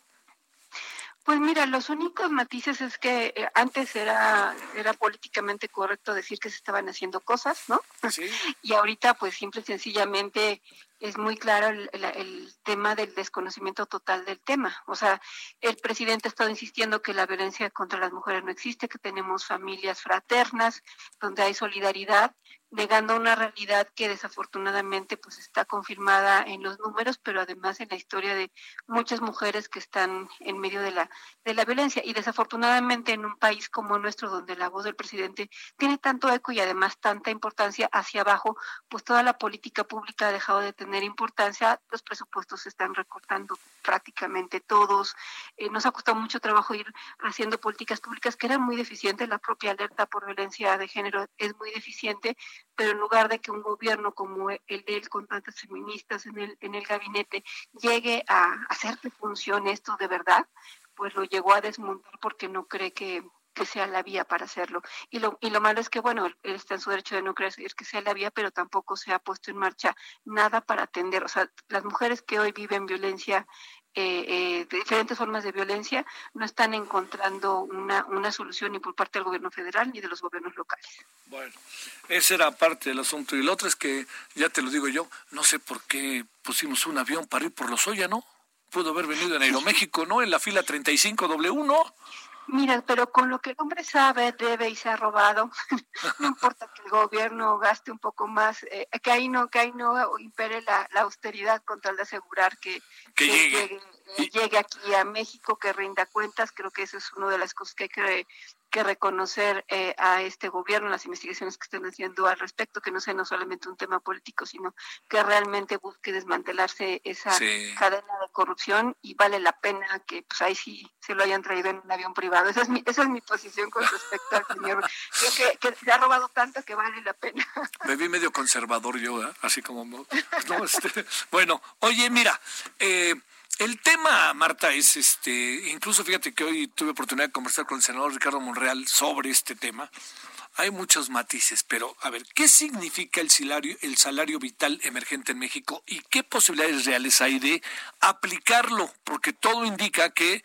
Pues mira, los únicos matices es que eh, antes era era políticamente correcto decir que se estaban haciendo cosas, ¿no? Sí. Y ahorita pues simple y sencillamente es muy claro el, el, el tema del desconocimiento total del tema. O sea, el presidente ha estado insistiendo que la violencia contra las mujeres no existe, que tenemos familias fraternas, donde hay solidaridad, negando una realidad que desafortunadamente pues está confirmada en los números, pero además en la historia de muchas mujeres que están en medio de la de la violencia. Y desafortunadamente en un país como nuestro, donde la voz del presidente tiene tanto eco y además tanta importancia hacia abajo, pues toda la política pública ha dejado de tener importancia, los presupuestos se están recortando prácticamente todos, eh, nos ha costado mucho trabajo ir haciendo políticas públicas que eran muy deficientes, la propia alerta por violencia de género es muy deficiente, pero en lugar de que un gobierno como el de él, con tantas feministas en el, en el gabinete, llegue a hacer que funcione esto de verdad, pues lo llegó a desmontar porque no cree que que sea la vía para hacerlo. Y lo y lo malo es que, bueno, él está en su derecho de no creer que sea la vía, pero tampoco se ha puesto en marcha nada para atender. O sea, las mujeres que hoy viven violencia, eh, eh, de diferentes formas de violencia, no están encontrando una, una solución ni por parte del gobierno federal ni de los gobiernos locales. Bueno, ese era parte del asunto. Y lo otro es que, ya te lo digo yo, no sé por qué pusimos un avión para ir por Lozoya, ¿no? Pudo haber venido en Aeroméxico, ¿no? En la fila treinta y cinco doble u, ¿no? Mira, pero con lo que el hombre sabe, debe y se ha robado, no importa que el gobierno gaste un poco más, eh, que ahí no, que ahí no impere la, la austeridad con tal de asegurar que, que, que llegue, llegue, eh, llegue aquí a México, que rinda cuentas. Creo que eso es una de las cosas que hay que, que reconocer eh, a este gobierno, las investigaciones que están haciendo al respecto, que no sea no solamente un tema político, sino que realmente busque desmantelarse esa sí. cadena de corrupción, y vale la pena que pues ahí sí se lo hayan traído en un avión privado. Esa es mi, esa es mi posición con respecto al señor. Creo que, que se ha robado tanto que vale la pena. Me vi medio conservador yo, ¿eh? Así como... No, este, bueno, oye, mira, eh, el tema, Marta, es este, incluso fíjate que hoy tuve oportunidad de conversar con el senador Ricardo Monreal sobre este tema. Hay muchos matices, pero a ver, ¿qué significa el salario, el salario vital emergente en México y qué posibilidades reales hay de aplicarlo? Porque todo indica que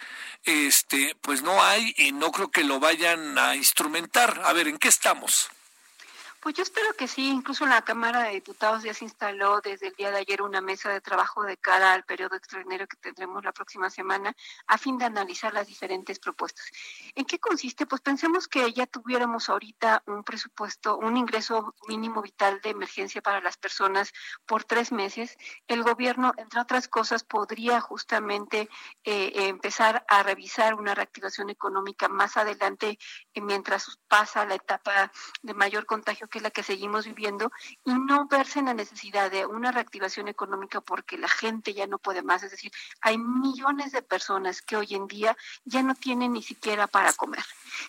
este, pues no hay y no creo que lo vayan a instrumentar. A ver, ¿en qué estamos? Pues yo espero que sí. Incluso en la Cámara de Diputados ya se instaló desde el día de ayer una mesa de trabajo de cara al periodo extraordinario que tendremos la próxima semana, a fin de analizar las diferentes propuestas. ¿En qué consiste? Pues pensemos que ya tuviéramos ahorita un presupuesto, un ingreso mínimo vital de emergencia para las personas por tres meses. El gobierno, entre otras cosas, podría justamente eh, empezar a revisar una reactivación económica más adelante, eh, mientras pasa la etapa de mayor contagio, que es la que seguimos viviendo, y no verse en la necesidad de una reactivación económica porque la gente ya no puede más. Es decir, hay millones de personas que hoy en día ya no tienen ni siquiera para comer.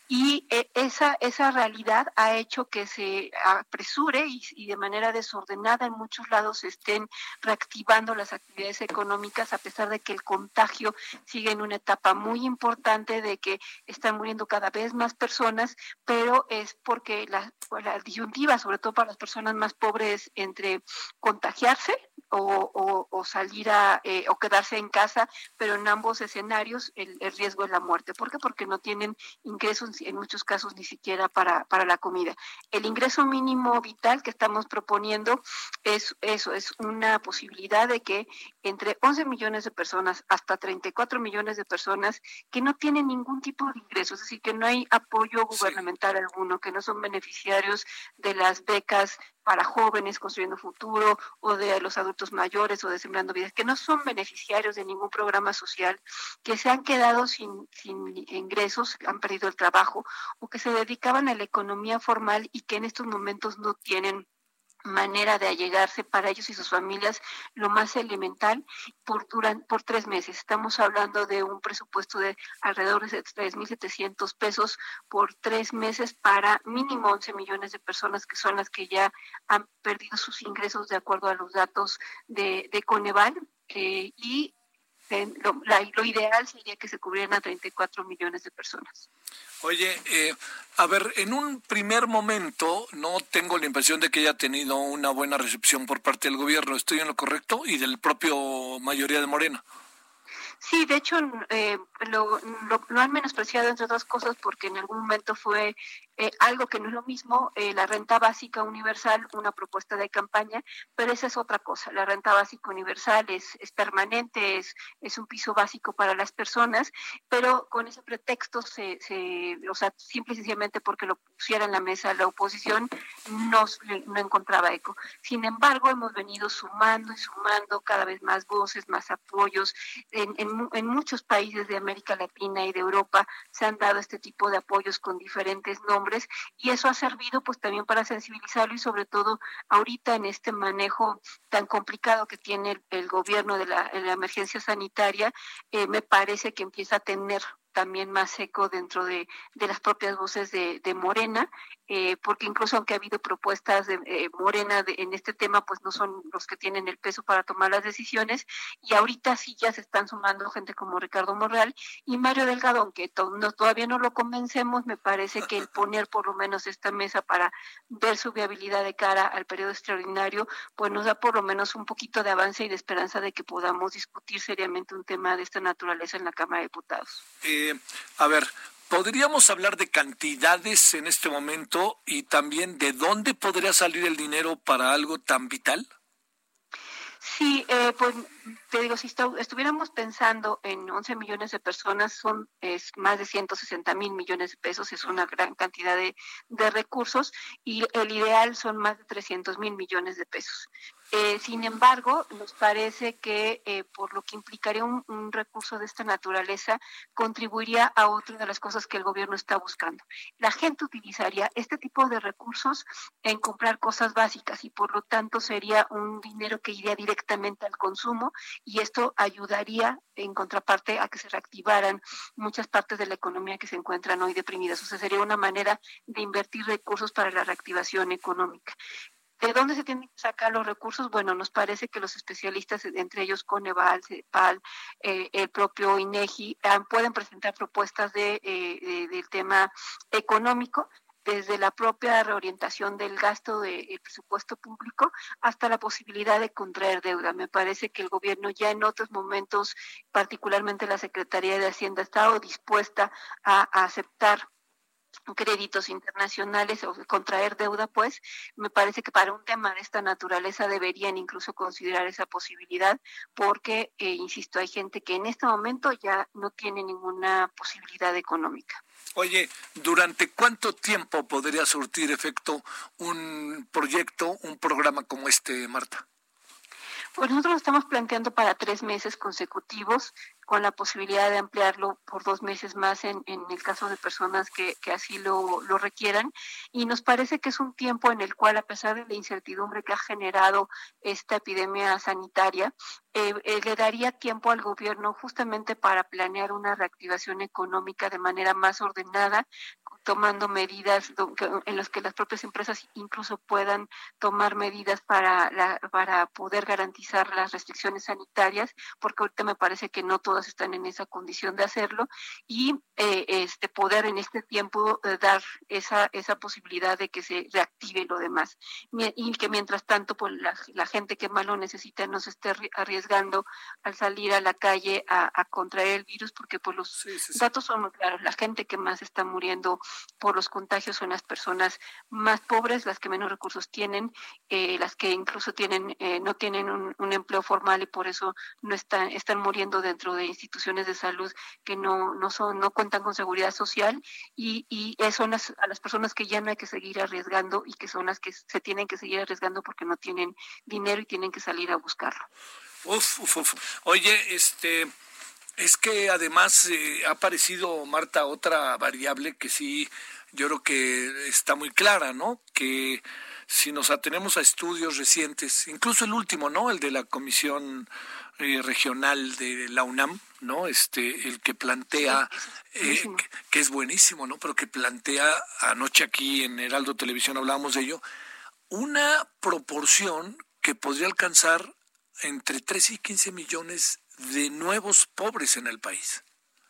Y eh, esa, esa realidad ha hecho que se apresure y, y de manera desordenada en muchos lados se estén reactivando las actividades económicas, a pesar de que el contagio sigue en una etapa muy importante, de que están muriendo cada vez más personas, pero es porque la, la disyuntiva, sobre todo para las personas más pobres, entre contagiarse o, o, o salir a eh, o quedarse en casa, pero en ambos escenarios el, el riesgo es la muerte. ¿Por qué? Porque no tienen ingresos en muchos casos ni siquiera para, para la comida. El ingreso mínimo vital que estamos proponiendo es eso, es una posibilidad de que entre once millones de personas hasta treinta y cuatro millones de personas que no tienen ningún tipo de ingresos, es decir, que no hay apoyo gubernamental sí. alguno, que no son beneficiarios de las becas para jóvenes construyendo futuro o de los adultos mayores o de Sembrando Vidas, que no son beneficiarios de ningún programa social, que se han quedado sin, sin ingresos, han perdido el trabajo o que se dedicaban a la economía formal y que en estos momentos no tienen manera de allegarse para ellos y sus familias lo más elemental por duran, por tres meses. Estamos hablando de un presupuesto de alrededor de tres mil setecientos pesos por tres meses para mínimo once millones de personas que son las que ya han perdido sus ingresos de acuerdo a los datos de, de Coneval eh, y eh, lo, la, lo ideal sería que se cubrieran a treinta y cuatro millones de personas. Oye, eh, a ver, en un primer momento no tengo la impresión de que haya tenido una buena recepción por parte del gobierno. ¿Estoy en lo correcto? Y del propio mayoría de Morena. Sí, de hecho eh, lo, lo, lo han menospreciado entre otras cosas porque en algún momento fue eh, algo que no es lo mismo, eh, la renta básica universal, una propuesta de campaña, pero esa es otra cosa. La renta básica universal es, es permanente, es, es un piso básico para las personas, pero con ese pretexto, se, se, o sea, simple y sencillamente porque lo pusiera en la mesa la oposición, no, no encontraba eco. Sin embargo, hemos venido sumando y sumando cada vez más voces, más apoyos. En, en En muchos países de América Latina y de Europa se han dado este tipo de apoyos con diferentes nombres y eso ha servido pues también para sensibilizarlo y sobre todo ahorita en este manejo tan complicado que tiene el, el gobierno de la, de la emergencia sanitaria, eh, me parece que empieza a tener también más eco dentro de, de las propias voces de, de Morena, eh, porque incluso aunque ha habido propuestas de eh, Morena de, en este tema, pues no son los que tienen el peso para tomar las decisiones, y ahorita sí ya se están sumando gente como Ricardo Monreal y Mario Delgado, aunque to, no, todavía no lo convencemos, me parece que el poner por lo menos esta mesa para ver su viabilidad de cara al periodo extraordinario, pues nos da por lo menos un poquito de avance y de esperanza de que podamos discutir seriamente un tema de esta naturaleza en la Cámara de Diputados. Eh, a ver, ¿podríamos hablar de cantidades en este momento y también de dónde podría salir el dinero para algo tan vital? Sí, eh, pues te digo, si estu- estuviéramos pensando en once millones de personas, son es más de ciento sesenta mil millones de pesos, es una gran cantidad de, de recursos y el ideal son más de trescientos mil millones de pesos. Eh, sin embargo, nos parece que eh, por lo que implicaría un, un recurso de esta naturaleza, contribuiría a otra de las cosas que el gobierno está buscando. La gente utilizaría este tipo de recursos en comprar cosas básicas y por lo tanto sería un dinero que iría directamente al consumo y esto ayudaría en contraparte a que se reactivaran muchas partes de la economía que se encuentran hoy deprimidas. O sea, sería una manera de invertir recursos para la reactivación económica. ¿De dónde se tienen que sacar los recursos? Bueno, nos parece que los especialistas, entre ellos Coneval, CEPAL, eh, el propio INEGI, eh, pueden presentar propuestas de, eh, de, del tema económico, desde la propia reorientación del gasto del de, presupuesto público hasta la posibilidad de contraer deuda. Me parece que el gobierno ya en otros momentos, particularmente la Secretaría de Hacienda, ha estado dispuesta a, a aceptar créditos internacionales o contraer deuda, pues me parece que para un tema de esta naturaleza deberían incluso considerar esa posibilidad porque, eh, insisto, hay gente que en este momento ya no tiene ninguna posibilidad económica. Oye, ¿durante cuánto tiempo podría surtir efecto un proyecto, un programa como este, Marta? Pues nosotros lo estamos planteando para tres meses consecutivos, con la posibilidad de ampliarlo por dos meses más en, en el caso de personas que, que así lo, lo requieran. Y nos parece que es un tiempo en el cual, a pesar de la incertidumbre que ha generado esta epidemia sanitaria, eh, eh, le daría tiempo al gobierno justamente para planear una reactivación económica de manera más ordenada, tomando medidas en las que las propias empresas incluso puedan tomar medidas para la, para poder garantizar las restricciones sanitarias, porque ahorita me parece que no todas están en esa condición de hacerlo, y eh, este poder en este tiempo eh, dar esa esa posibilidad de que se reactive lo demás, y que mientras tanto pues la, la gente que más lo necesita no se esté arriesgando al salir a la calle a, a contraer el virus, porque pues los sí, sí, sí. datos son muy claros. La gente que más está muriendo por los contagios son las personas más pobres, las que menos recursos tienen, eh, las que incluso tienen eh, no tienen un, un empleo formal y por eso no están están muriendo dentro de instituciones de salud que no no son no cuentan con seguridad social, y, y son las, a las personas que ya no hay que seguir arriesgando y que son las que se tienen que seguir arriesgando porque no tienen dinero y tienen que salir a buscarlo. Uf, uf, uf. Oye, este, es que además eh, ha aparecido, Marta, otra variable que sí, yo creo que está muy clara, ¿no? Que si nos atenemos a estudios recientes, incluso el último, ¿no? El de la Comisión eh, Regional de la UNAM, ¿no? Este, el que plantea, sí, eh, que, que es buenísimo, ¿no? Pero que plantea, anoche aquí en Heraldo Televisión hablábamos de ello, una proporción que podría alcanzar entre trece y quince millones de nuevos pobres en el país.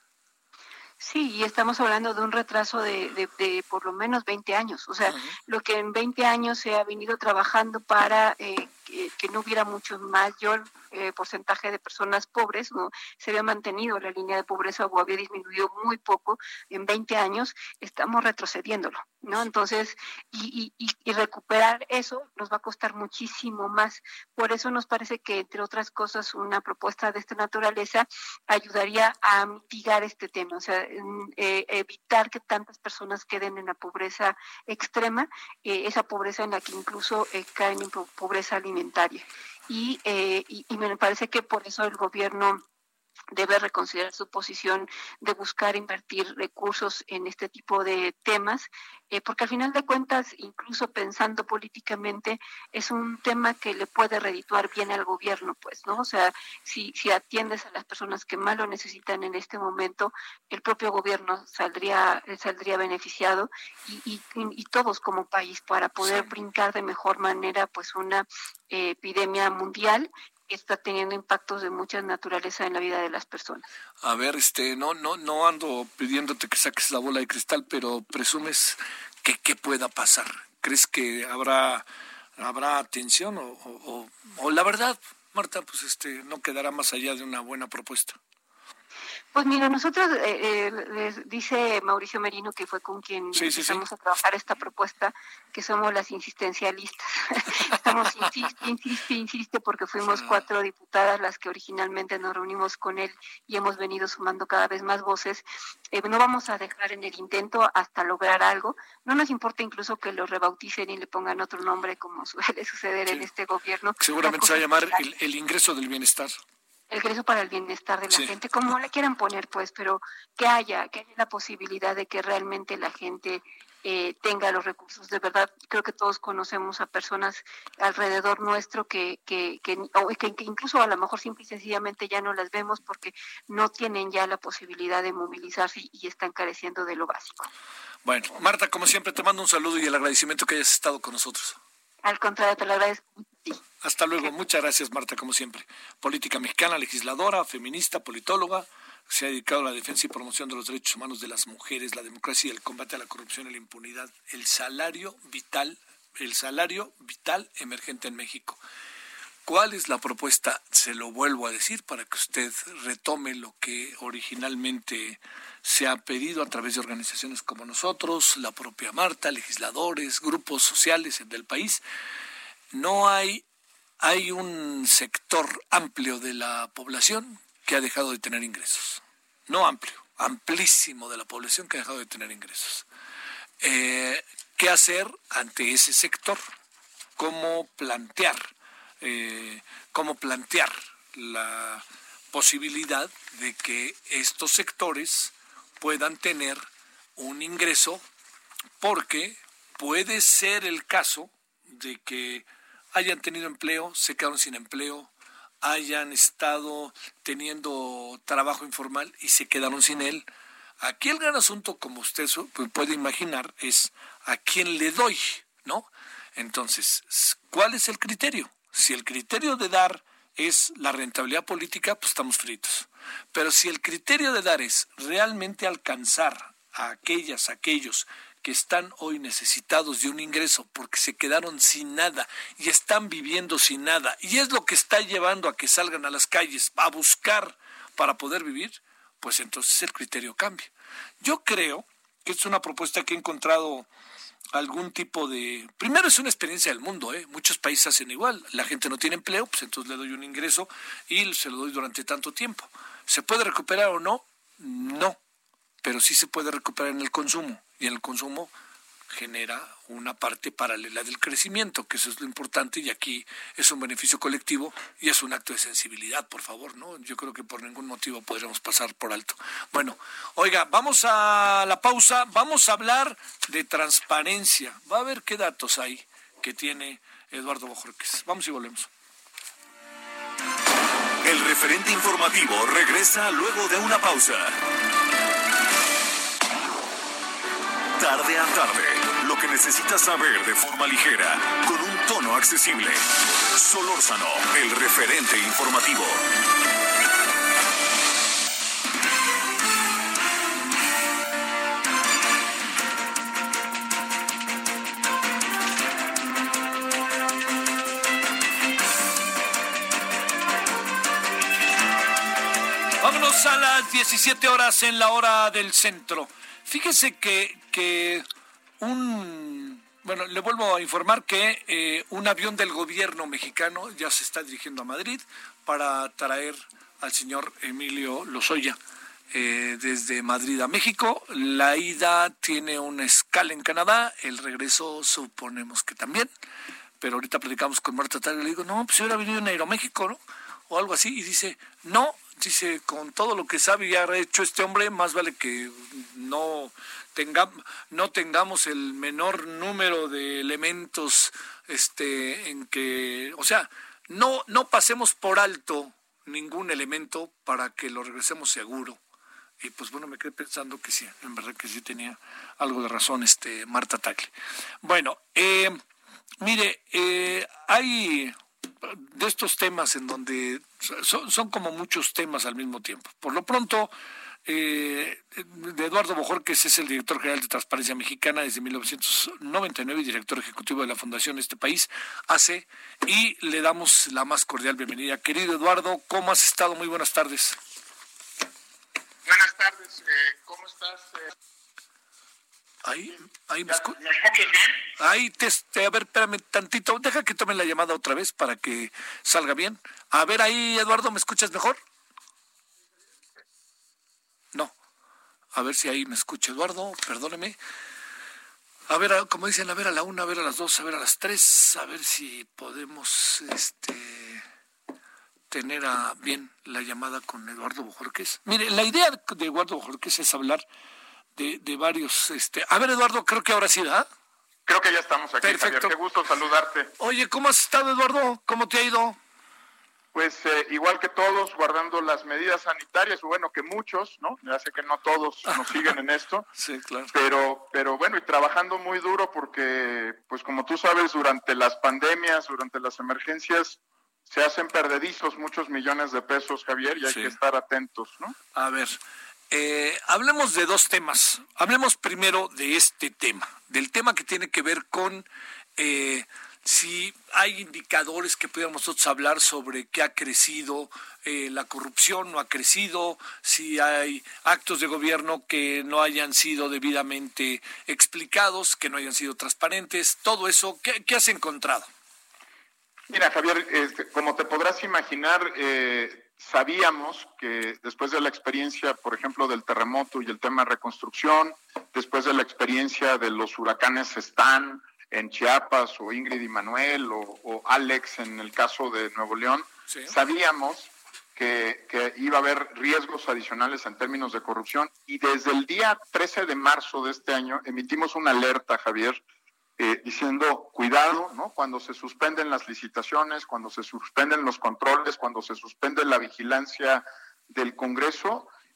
Sí, y estamos hablando de un retraso de, de, de por lo menos veinte años. O sea, uh-huh. Lo que en veinte años se ha venido trabajando para eh, que, que no hubiera mucho mayor eh, porcentaje de personas pobres, no se había mantenido la línea de pobreza o había disminuido muy poco en veinte años, estamos retrocediéndolo, ¿no? Entonces, y, y, y recuperar eso nos va a costar muchísimo más. Por eso nos parece que, entre otras cosas, una propuesta de esta naturaleza ayudaría a mitigar este tema, o sea, eh, evitar que tantas personas queden en la pobreza extrema, eh, esa pobreza en la que incluso eh, caen en pobreza alimentaria. Y, eh, y, y me parece que por eso el gobierno debe reconsiderar su posición de buscar invertir recursos en este tipo de temas, eh, porque al final de cuentas, incluso pensando políticamente, es un tema que le puede redituar bien al gobierno, pues, ¿no? O sea, si, si atiendes a las personas que más lo necesitan en este momento, el propio gobierno saldría, saldría beneficiado y, y, y todos como país para poder brincar de mejor manera, pues, una eh, epidemia mundial que está teniendo impactos de mucha naturaleza en la vida de las personas. A ver, este, no, no, no ando pidiéndote que saques la bola de cristal, pero presumes que qué pueda pasar. ¿Crees que habrá, habrá atención o, o, o la verdad, Marta, pues este, no quedará más allá de una buena propuesta? Pues mira, nosotros, eh, eh, les dice Mauricio Merino, que fue con quien sí, empezamos sí, sí. a trabajar esta propuesta, que somos las insistencialistas. Estamos insiste, insiste, insiste, porque fuimos cuatro diputadas las que originalmente nos reunimos con él y hemos venido sumando cada vez más voces. Eh, no vamos a dejar en el intento hasta lograr algo. No nos importa incluso que lo rebauticen y le pongan otro nombre, como suele suceder sí. en este gobierno. Seguramente se va a llamar el, el ingreso del bienestar. El ingreso para el bienestar de la sí. gente, como le quieran poner, pues, pero que haya, que haya la posibilidad de que realmente la gente eh, tenga los recursos. De verdad, creo que todos conocemos a personas alrededor nuestro que, que, que, o que, que incluso a lo mejor simple y sencillamente ya no las vemos porque no tienen ya la posibilidad de movilizarse y están careciendo de lo básico. Bueno, Marta, como siempre, te mando un saludo y el agradecimiento que hayas estado con nosotros. Al contrario, te lo agradezco. Sí. Hasta luego. Muchas gracias, Marta, como siempre. Política mexicana, legisladora, feminista, politóloga, se ha dedicado a la defensa y promoción de los derechos humanos de las mujeres, la democracia y el combate a la corrupción y la impunidad. El salario vital, el salario vital emergente en México. ¿Cuál es la propuesta? Se lo vuelvo a decir para que usted retome lo que originalmente se ha pedido a través de organizaciones como nosotros, la propia Marta, legisladores, grupos sociales del país. No hay, hay un sector amplio de la población que ha dejado de tener ingresos. No amplio, amplísimo de la población que ha dejado de tener ingresos. Eh, ¿Qué hacer ante ese sector? ¿Cómo plantear, eh, cómo plantear la posibilidad de que estos sectores puedan tener un ingreso? Porque puede ser el caso de que hayan tenido empleo, se quedaron sin empleo, hayan estado teniendo trabajo informal y se quedaron sin él, Aquí el gran asunto, como usted puede imaginar, es a quién le doy, ¿no? Entonces, ¿cuál es el criterio? Si el criterio de dar es la rentabilidad política, pues estamos fritos. Pero si el criterio de dar es realmente alcanzar a aquellas, aquellos que están hoy necesitados de un ingreso porque se quedaron sin nada y están viviendo sin nada, y es lo que está llevando a que salgan a las calles a buscar para poder vivir, pues entonces el criterio cambia. Yo creo que es una propuesta que he encontrado algún tipo de... Primero, es una experiencia del mundo, ¿eh? Muchos países hacen igual. La gente no tiene empleo, pues entonces le doy un ingreso y se lo doy durante tanto tiempo. ¿Se puede recuperar o no? No, pero sí se puede recuperar en el consumo, y en el consumo genera una parte paralela del crecimiento, que eso es lo importante, y aquí es un beneficio colectivo y es un acto de sensibilidad, por favor, ¿no? Yo creo que por ningún motivo podremos pasar por alto. Bueno, oiga, vamos a la pausa, vamos a hablar de transparencia. Va a ver qué datos hay que tiene Eduardo Bojorquez. Vamos y volvemos. El referente informativo regresa luego de una pausa. Tarde a tarde, lo que necesitas saber de forma ligera, con un tono accesible. Solórzano, el referente informativo. Vámonos a las diecisiete horas en la hora del centro. Fíjese que, que un... Bueno, le vuelvo a informar que eh, un avión del gobierno mexicano ya se está dirigiendo a Madrid para traer al señor Emilio Lozoya eh, desde Madrid a México. La ida tiene una escala en Canadá, el regreso suponemos que también, pero ahorita platicamos con Marta Tagle y le digo, no, pues hubiera venido en Aeroméxico, ¿no? O algo así, y dice, no, dice, con todo lo que sabe y ha hecho este hombre, más vale que no tenga, no tengamos el menor número de elementos este en que, o sea, no no pasemos por alto ningún elemento para que lo regresemos seguro. Y pues bueno, me quedé pensando que sí, en verdad que sí tenía algo de razón este Marta Tagle. Bueno, eh, mire, eh, hay de estos temas en donde son, son como muchos temas al mismo tiempo. Por lo pronto, eh, de Eduardo Bojorquez es el director general de Transparencia Mexicana desde mil novecientos noventa y nueve y director ejecutivo de la fundación de este país, A C E, y le damos la más cordial bienvenida. Querido Eduardo, ¿cómo has estado? Muy buenas tardes. Buenas tardes, eh, ¿cómo estás? Eh... Ahí, ahí me escuchas. ¿Me escuchas bien? Ahí, te, te, a ver, espérame tantito, deja que tome la llamada otra vez para que salga bien. A ver ahí, Eduardo, ¿me escuchas mejor? No. A ver si ahí me escucha Eduardo, perdóneme. A ver, como dicen, a ver a la una, a ver a las dos, a ver a las tres, a ver si podemos este tener a bien la llamada con Eduardo Bojorquez. Mire, la idea de Eduardo Bojorquez es hablar de, de varios... este A ver, Eduardo, creo que ahora sí, ¿verdad? Creo que ya estamos aquí, Perfecto. Javier. Qué gusto saludarte. Oye, ¿cómo has estado, Eduardo? ¿Cómo te ha ido? Pues eh, igual que todos, guardando las medidas sanitarias, bueno, que muchos, ¿no? Ya sé que no todos nos siguen en esto. Sí, claro. Pero, pero bueno, y trabajando muy duro porque, pues como tú sabes, durante las pandemias, durante las emergencias, se hacen perdedizos muchos millones de pesos, Javier, y hay sí. que estar atentos, ¿no? A ver, eh, hablemos de dos temas. Hablemos primero de este tema, del tema que tiene que ver con... Eh, si hay indicadores que pudiéramos nosotros hablar sobre qué ha crecido eh, la corrupción, no ha crecido, si hay actos de gobierno que no hayan sido debidamente explicados, que no hayan sido transparentes, todo eso, ¿qué, qué has encontrado? Mira, Javier, este, como te podrás imaginar, eh, sabíamos que después de la experiencia, por ejemplo, del terremoto y el tema de reconstrucción, después de la experiencia de los huracanes Stan en Chiapas, o Ingrid y Manuel, o, o Alex en el caso de Nuevo León, sí. sabíamos que, que iba a haber riesgos adicionales en términos de corrupción, y desde el día trece de marzo de este año emitimos una alerta, Javier, eh, diciendo, cuidado, ¿no? Cuando se suspenden las licitaciones, cuando se suspenden los controles, cuando se suspende la vigilancia del Congreso,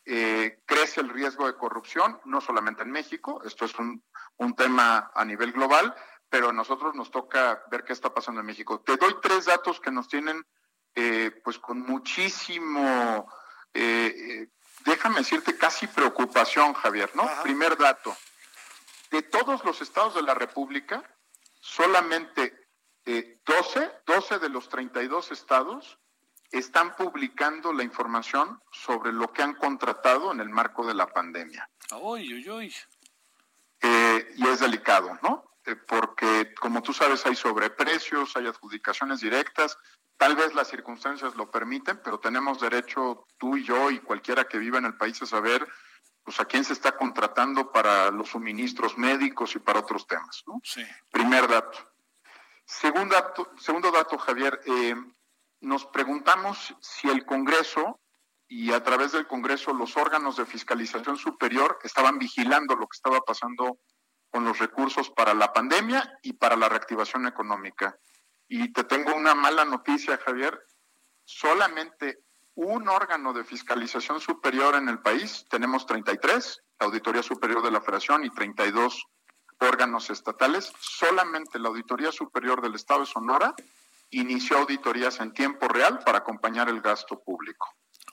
eh, crece el riesgo de corrupción, no solamente en México, esto es un, un tema a nivel global, pero a nosotros nos toca ver qué está pasando en México. Te doy tres datos que nos tienen eh, pues con muchísimo, eh, eh, déjame decirte, casi preocupación, Javier, ¿no? Ajá. Primer dato, de todos los estados de la República, solamente eh, doce, doce de los treinta y dos estados están publicando la información sobre lo que han contratado en el marco de la pandemia. Uy, uy, uy. Eh, y es delicado, ¿no? Eh, porque, como tú sabes, hay sobreprecios, hay adjudicaciones directas, tal vez las circunstancias lo permiten, pero tenemos derecho, tú y yo y cualquiera que viva en el país, a saber pues a quién se está contratando para los suministros médicos y para otros temas, ¿no? Sí. Primer dato. Segundo dato, segundo dato Javier, eh, nos preguntamos si el Congreso y a través del Congreso los órganos de fiscalización superior estaban vigilando lo que estaba pasando con los recursos para la pandemia y para la reactivación económica. Y te tengo una mala noticia, Javier, solamente un órgano de fiscalización superior en el país, tenemos treinta y tres, la Auditoría Superior de la Federación y treinta y dos órganos estatales, solamente la Auditoría Superior del Estado de Sonora inició auditorías en tiempo real para acompañar el gasto público.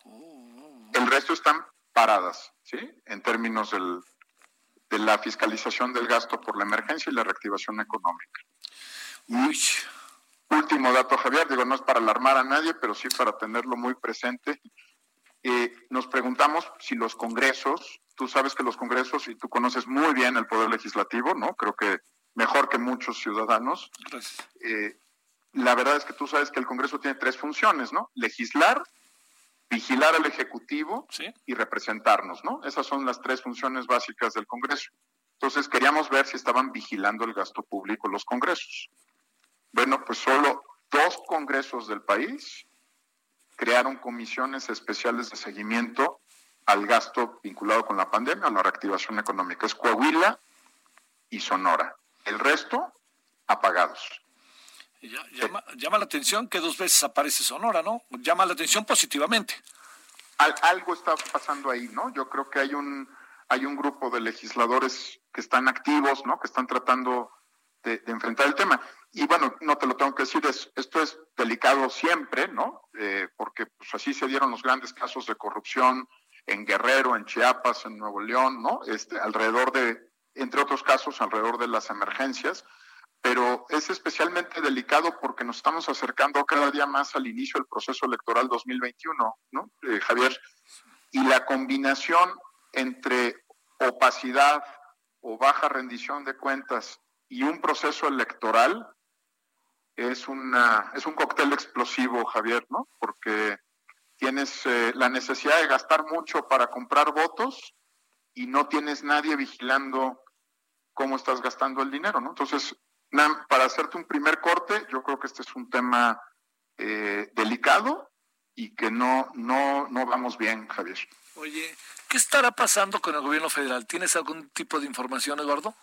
El resto están paradas, ¿sí? En términos del, de la fiscalización del gasto por la emergencia y la reactivación económica. Uy. Último dato, Javier, digo, no es para alarmar a nadie, pero sí para tenerlo muy presente. Eh, nos preguntamos si los congresos, tú sabes que los congresos, y tú conoces muy bien el Poder Legislativo, ¿no? Creo que mejor que muchos ciudadanos. Eh, la verdad es que tú sabes que el Congreso tiene tres funciones, ¿no? Legislar, vigilar al Ejecutivo, ¿sí?, y representarnos, ¿no? Esas son las tres funciones básicas del Congreso. Entonces queríamos ver si estaban vigilando el gasto público los congresos. Bueno, pues solo dos congresos del país crearon comisiones especiales de seguimiento al gasto vinculado con la pandemia, a la reactivación económica. Es Coahuila y Sonora. El resto, apagados. Ya, llama, llama la atención que dos veces aparece Sonora, ¿no? Llama la atención positivamente. Al, algo está pasando ahí, ¿no? Yo creo que hay un, hay un grupo de legisladores que están activos, ¿no? Que están tratando de, de enfrentar el tema. Y bueno, no te lo tengo que decir, es, esto es delicado siempre, ¿no? Eh, porque pues así se dieron los grandes casos de corrupción en Guerrero, en Chiapas, en Nuevo León, ¿no? Este, alrededor de, entre otros casos, alrededor de las emergencias. Pero es especialmente delicado porque nos estamos acercando cada día más al inicio del proceso electoral dos mil veintiuno, ¿no, eh, Javier? Y la combinación entre opacidad o baja rendición de cuentas y un proceso electoral es una es un cóctel explosivo, Javier, ¿no? Porque tienes eh, la necesidad de gastar mucho para comprar votos y no tienes nadie vigilando cómo estás gastando el dinero, ¿no? Entonces, para hacerte un primer corte, yo creo que este es un tema eh, delicado y que no, no, no vamos bien, Javier. Oye, ¿qué estará pasando con el gobierno federal? ¿Tienes algún tipo de información, Eduardo?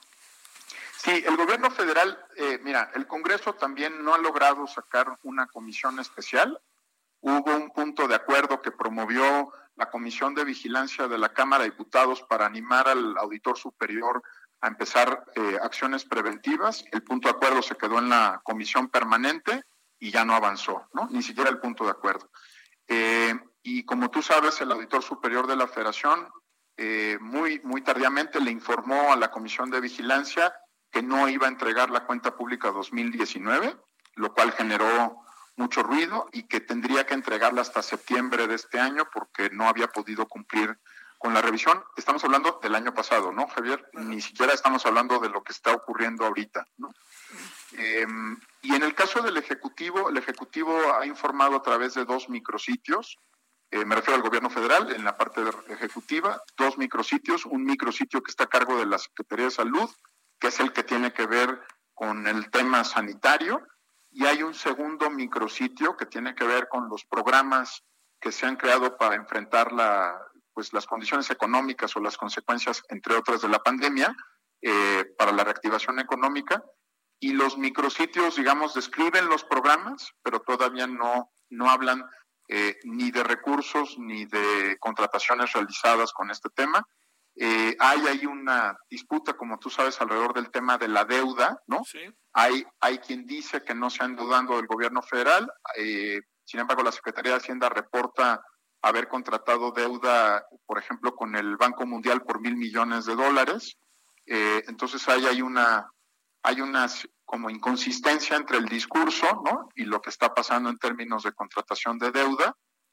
Sí, el gobierno federal, eh, mira, el Congreso también no ha logrado sacar una comisión especial. Hubo un punto de acuerdo que promovió la Comisión de Vigilancia de la Cámara de Diputados para animar al auditor superior a empezar eh, acciones preventivas. El punto de acuerdo se quedó en la comisión permanente y ya no avanzó, ¿no? Ni siquiera el punto de acuerdo. Eh, y como tú sabes, el auditor superior de la Federación eh, muy, muy tardíamente le informó a la Comisión de Vigilancia que no iba a entregar la cuenta pública dos mil diecinueve, lo cual generó mucho ruido y que tendría que entregarla hasta septiembre de este año porque no había podido cumplir con la revisión. Estamos hablando del año pasado, ¿no, Javier? Ni siquiera estamos hablando de lo que está ocurriendo ahorita, ¿no? Eh, y en el caso del Ejecutivo, el Ejecutivo ha informado a través de dos micrositios, eh, me refiero al gobierno federal, en la parte de ejecutiva, dos micrositios, un micrositio que está a cargo de la Secretaría de Salud, que es el que tiene que ver con el tema sanitario, y hay un segundo micrositio que tiene que ver con los programas que se han creado para enfrentar la pues las condiciones económicas o las consecuencias, entre otras, de la pandemia, eh, para la reactivación económica, y los micrositios, digamos, describen los programas, pero todavía no, no hablan eh, ni de recursos ni de contrataciones realizadas con este tema. Eh, hay ahí una disputa, como tú sabes, alrededor del tema de la deuda, ¿no? Sí. Hay, hay quien dice que no se han endeudando del gobierno federal, eh, sin embargo la Secretaría de Hacienda reporta haber contratado deuda, por ejemplo, con el Banco Mundial por mil millones de dólares. Eh, entonces hay, hay una hay una como inconsistencia entre el discurso, ¿no? Y lo que está pasando en términos de contratación de deuda.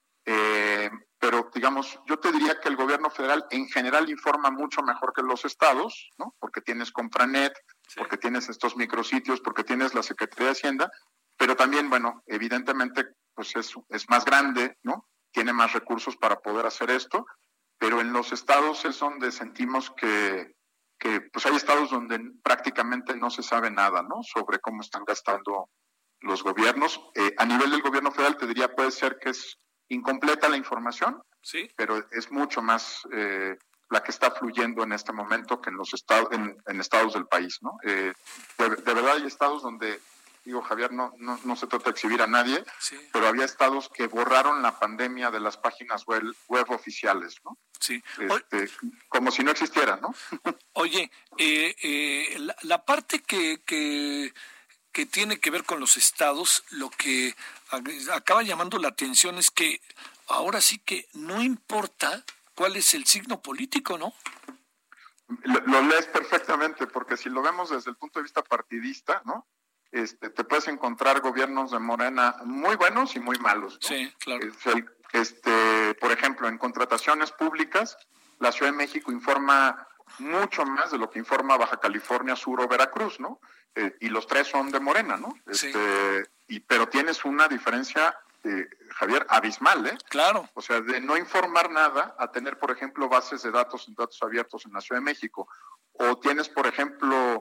Eh, pero digamos, yo te diría que el gobierno federal en general informa mucho mejor que los estados, ¿no? Porque tienes Compranet, sí. porque tienes estos micrositios, porque tienes la Secretaría de Hacienda, pero también, bueno, evidentemente, pues es, es más grande, ¿no? Tiene más recursos para poder hacer esto, pero en los estados es donde sentimos que, que pues hay estados donde prácticamente no se sabe nada, ¿no? Sobre cómo están gastando los gobiernos. Eh, a nivel del gobierno federal te diría, puede ser que es incompleta la información, sí, pero es mucho más eh, la que está fluyendo en este momento que en los estados en, en estados del país, ¿no? Eh, de, de verdad hay estados donde, digo, Javier, no, no, no se trata de exhibir a nadie, sí. pero había estados que borraron la pandemia de las páginas web, web oficiales, ¿no? Sí. Este, como si no existiera, ¿no? Oye, eh, eh, la, la parte que, que que tiene que ver con los estados, lo que acaba llamando la atención es que ahora sí que no importa cuál es el signo político, ¿no? Lo, lo lees perfectamente, porque si lo vemos desde el punto de vista partidista, ¿no? Este, te puedes encontrar gobiernos de Morena muy buenos y muy malos, ¿no? Sí, claro. Este, por ejemplo, en contrataciones públicas, la Ciudad de México informa mucho más de lo que informa Baja California Sur o Veracruz, ¿no? Eh, y los tres son de Morena, ¿no? Sí. Este, y, pero tienes una diferencia, eh, Javier, abismal, ¿eh? Claro. O sea, de no informar nada a tener, por ejemplo, bases de datos, datos abiertos en la Ciudad de México. O tienes, por ejemplo,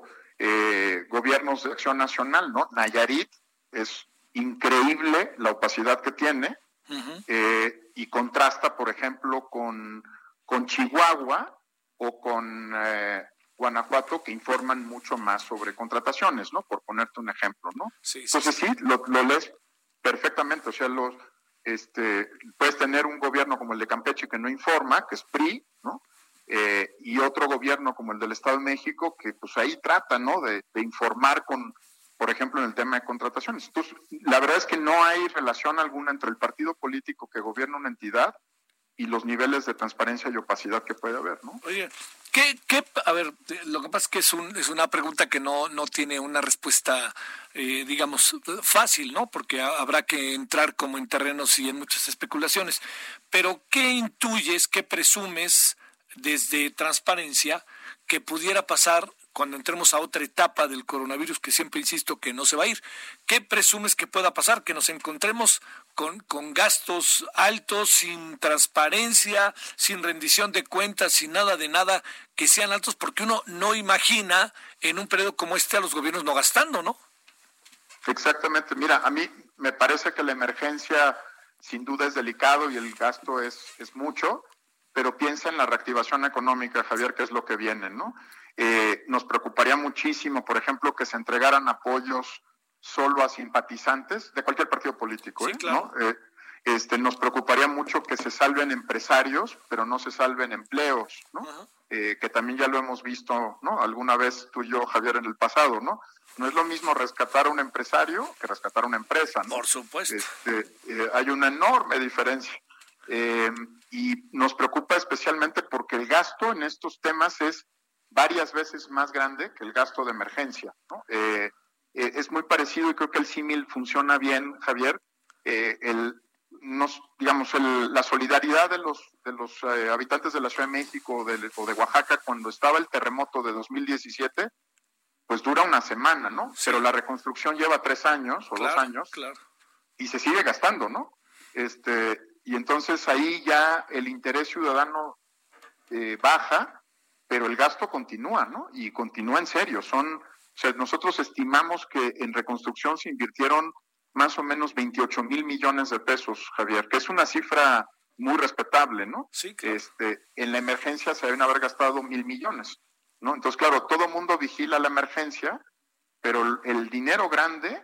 eh, gobiernos de acción nacional, ¿no? Nayarit, es increíble la opacidad que tiene, uh-huh. eh, y contrasta, por ejemplo, con, con Chihuahua o con eh, Guanajuato, que informan mucho más sobre contrataciones, ¿no? Por ponerte un ejemplo, ¿no? Sí, sí, Entonces sí, sí lo, lo lees perfectamente, o sea, los, este, puedes tener un gobierno como el de Campeche que no informa, que es P R I, ¿no? Eh, y otro gobierno como el del Estado de México que pues ahí trata, ¿no? De, de informar con, por ejemplo, en el tema de contrataciones. Entonces, la verdad es que no hay relación alguna entre el partido político que gobierna una entidad y los niveles de transparencia y opacidad que puede haber, ¿no? Oye, ¿qué, qué, a ver, lo que pasa es que es, un, es una pregunta que no, no tiene una respuesta, eh, digamos, fácil, ¿no? Porque habrá que entrar como en terrenos y en muchas especulaciones. Pero, ¿qué intuyes, qué presumes desde transparencia que pudiera pasar cuando entremos a otra etapa del coronavirus, que siempre insisto que no se va a ir? ¿Qué presumes que pueda pasar? ¿Que nos encontremos con, con gastos altos, sin transparencia, sin rendición de cuentas, sin nada de nada, que sean altos? Porque uno no imagina en un periodo como este a los gobiernos no gastando, ¿no? Exactamente. Mira, a mí me parece que la emergencia sin duda es delicado y el gasto es, es mucho, pero piensa en la reactivación económica, Javier, que es lo que viene, ¿no? Eh, nos preocuparía muchísimo, por ejemplo, que se entregaran apoyos solo a simpatizantes de cualquier partido político, sí, ¿eh? Claro. ¿No? Eh, este, nos preocuparía mucho que se salven empresarios, pero no se salven empleos, ¿no? Uh-huh. Eh, que también ya lo hemos visto, ¿no? Alguna vez tú y yo, Javier, en el pasado, ¿no? No es lo mismo rescatar a un empresario que rescatar a una empresa, ¿no? Por supuesto. Este, eh, hay una enorme diferencia. Eh, y nos preocupa especialmente porque el gasto en estos temas es varias veces más grande que el gasto de emergencia, ¿no? Eh, eh, es muy parecido y creo que el símil funciona bien, Javier. Eh, el, nos, digamos, el, la solidaridad de los, de los eh, habitantes de la Ciudad de México o de, o de Oaxaca cuando estaba el terremoto de dos mil diecisiete, pues dura una semana, ¿no? Sí. Pero la reconstrucción lleva tres años o claro, dos años claro. Y se sigue gastando, ¿no? Este, y entonces ahí ya el interés ciudadano eh, baja, pero el gasto continúa, ¿no? Y continúa en serio. Son, o sea, nosotros estimamos que en reconstrucción se invirtieron más o menos veintiocho mil millones de pesos, Javier, que es una cifra muy respetable, ¿no? Sí, claro. Este, en la emergencia se deben haber gastado mil millones, ¿no? Entonces, claro, todo mundo vigila la emergencia, pero el, el dinero grande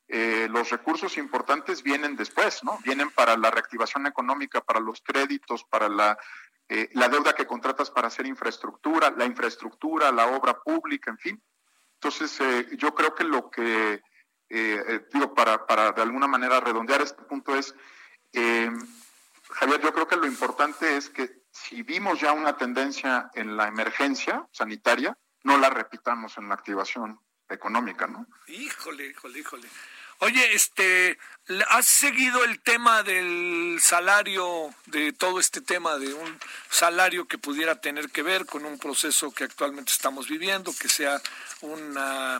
eh, los recursos importantes vienen después, ¿no? Vienen para la reactivación económica, para los créditos, para la, eh, la deuda que contratas para hacer infraestructura, la infraestructura, la obra pública, en fin. Entonces, eh, yo creo que lo que, eh, eh, digo, para, para de alguna manera redondear este punto es, eh, Javier, yo creo que lo importante es que si vimos ya una tendencia en la emergencia sanitaria, no la repitamos en la activación económica, ¿no? Híjole, híjole, híjole. Oye, este, ¿has seguido el tema del salario, de todo este tema de un salario que pudiera tener que ver con un proceso que actualmente estamos viviendo, que sea una,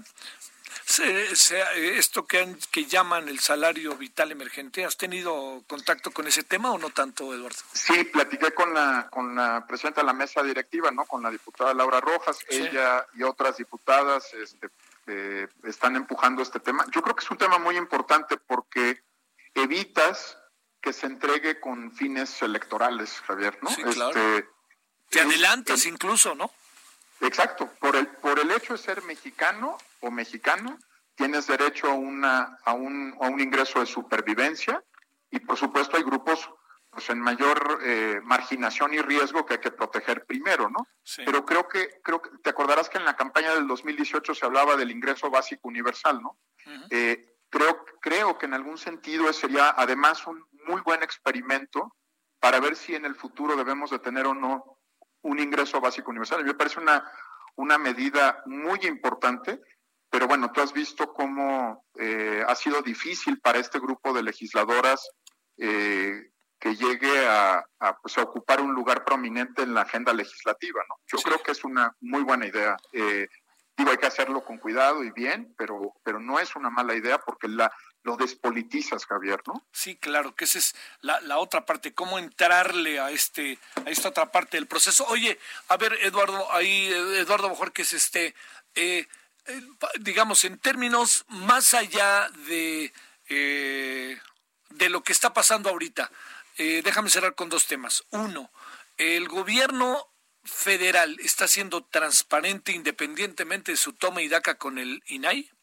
sea esto que, han, que llaman el salario vital emergente? ¿Has tenido contacto con ese tema o no tanto, Eduardo? Sí, platiqué con la con la presidenta de la mesa directiva, ¿no? Con la diputada Laura Rojas, sí. Ella y otras diputadas, este, Eh, están empujando este tema. Yo creo que es un tema muy importante porque evitas que se entregue con fines electorales, Javier, ¿no? Sí, claro. Este, Te adelantas es, incluso, ¿no? Exacto. Por el por el hecho de ser mexicano o mexicano, tienes derecho a una a un a un ingreso de supervivencia y, por supuesto, hay grupos pues en mayor eh, marginación y riesgo que hay que proteger primero, ¿no? Sí. Pero creo que, creo que, te acordarás que en la campaña del dos mil dieciocho se hablaba del ingreso básico universal, ¿no? Uh-huh. Eh, creo, creo que en algún sentido sería además un muy buen experimento para ver si en el futuro debemos de tener o no un ingreso básico universal. A mí me parece una, una medida muy importante, pero bueno, tú has visto cómo eh, ha sido difícil para este grupo de legisladoras eh, que llegue a, a, pues, a ocupar un lugar prominente en la agenda legislativa, ¿no? Yo sí. creo que es una muy buena idea. Eh, digo, hay que hacerlo con cuidado y bien, pero, pero no es una mala idea porque la, lo despolitizas, Javier, ¿no? Sí, claro, que esa es la, la otra parte, cómo entrarle a este a esta otra parte del proceso. Oye, a ver, Eduardo, ahí, Eduardo mejor que es este, eh, eh, digamos, en términos más allá de, eh, de lo que está pasando ahorita, Eh, déjame cerrar con dos temas. Uno, ¿el gobierno federal está siendo transparente independientemente de su toma y daca con el I N A I?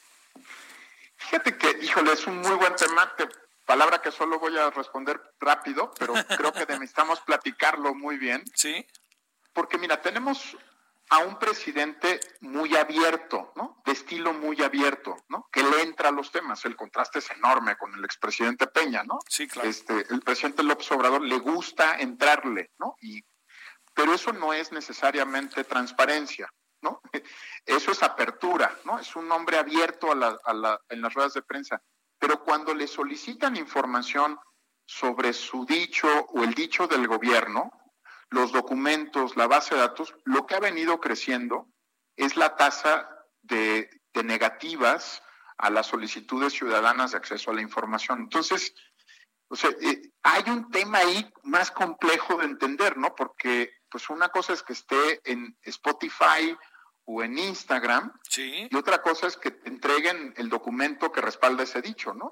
Fíjate que, híjole, es un muy buen tema, te, palabra que solo voy a responder rápido, pero creo que necesitamos platicarlo muy bien. Sí. Porque mira, tenemos a un presidente muy abierto, ¿no? De estilo muy abierto, ¿no? Que le entra a los temas. El contraste es enorme con el expresidente Peña, ¿no? Sí, claro. Este, el presidente López Obrador le gusta entrarle, ¿no? Y, pero eso no es necesariamente transparencia, ¿no? Eso es apertura, ¿no? Es un hombre abierto a la, a la, en las ruedas de prensa. Pero cuando le solicitan información sobre su dicho o el dicho del gobierno, los documentos, la base de datos, lo que ha venido creciendo es la tasa de, de negativas a las solicitudes ciudadanas de acceso a la información. Entonces, o sea, eh, hay un tema ahí más complejo de entender, ¿no? Porque pues una cosa es que esté en Spotify o en Instagram, sí. Y otra cosa es que te entreguen el documento que respalda ese dicho, ¿no?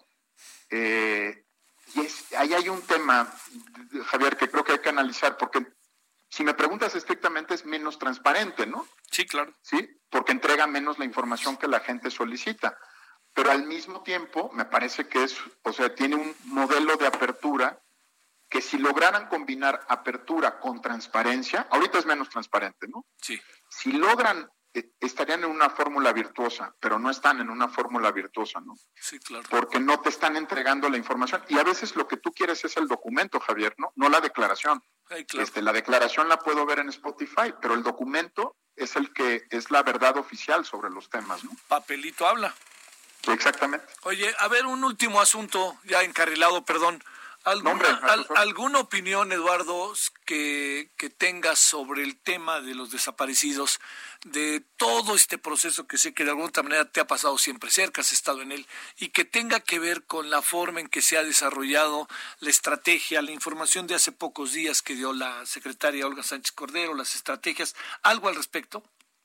Eh, y es, ahí hay un tema, Javier, que creo que hay que analizar, porque si me preguntas estrictamente es menos transparente, ¿no? Sí, claro. Sí, porque entrega menos la información que la gente solicita. Pero al mismo tiempo me parece que es, o sea, tiene un modelo de apertura que si lograran combinar apertura con transparencia, ahorita es menos transparente, ¿no? Sí. Si logran, eh, estarían en una fórmula virtuosa, pero no están en una fórmula virtuosa, ¿no? Sí, claro. Porque no te están entregando la información. Y a veces lo que tú quieres es el documento, Javier, ¿no? No la declaración. Ay, claro. Este, la declaración la puedo ver en Spotify, pero el documento es el que es la verdad oficial sobre los temas, ¿no? Papelito habla. Exactamente. Oye, a ver, un último asunto, ya encarrilado, perdón. ¿Alguna, Nombre, al, ¿Alguna opinión, Eduardo, que, que tengas sobre el tema de los desaparecidos, de todo este proceso que sé que de alguna manera te ha pasado siempre cerca, has estado en él, y que tenga que ver con la forma en que se ha desarrollado la estrategia, la información de hace pocos días que dio la secretaria Olga Sánchez Cordero, las estrategias, algo al respecto?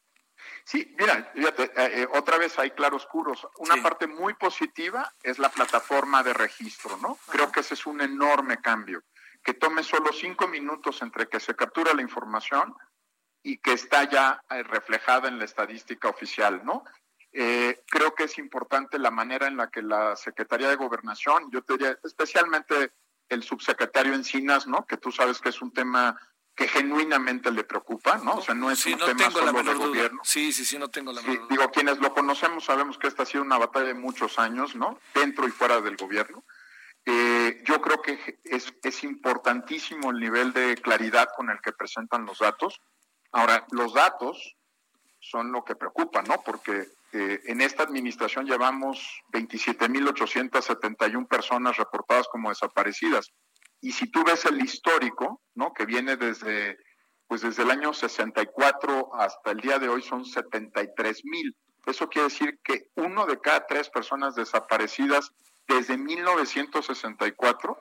Sí, mira, fíjate, eh, otra vez hay claroscuros. Una sí. parte muy positiva es la plataforma de registro, ¿no? Ajá. Creo que ese es un enorme cambio. Que tome solo cinco minutos entre que se captura la información y que está ya eh, reflejada en la estadística oficial, ¿no? Eh, creo que es importante la manera en la que la Secretaría de Gobernación, yo te diría, especialmente el subsecretario Encinas, ¿no? Que tú sabes que es un tema que genuinamente le preocupa, ¿no? O sea, no es sí, un no tema tengo solo la menor de duda. gobierno. Sí, sí, sí, no tengo la menor sí, duda. Digo, quienes lo conocemos sabemos que esta ha sido una batalla de muchos años, ¿no? Dentro y fuera del gobierno. Eh, yo creo que es, es importantísimo el nivel de claridad con el que presentan los datos. Ahora, los datos son lo que preocupa, ¿no? Porque eh, en esta administración llevamos veintisiete mil ochocientas setenta y una personas reportadas como desaparecidas. Y si tú ves el histórico, ¿no? Que viene desde, pues desde el año sesenta y cuatro hasta el día de hoy son setenta y tres mil. Eso quiere decir que uno de cada tres personas desaparecidas desde mil novecientos sesenta y cuatro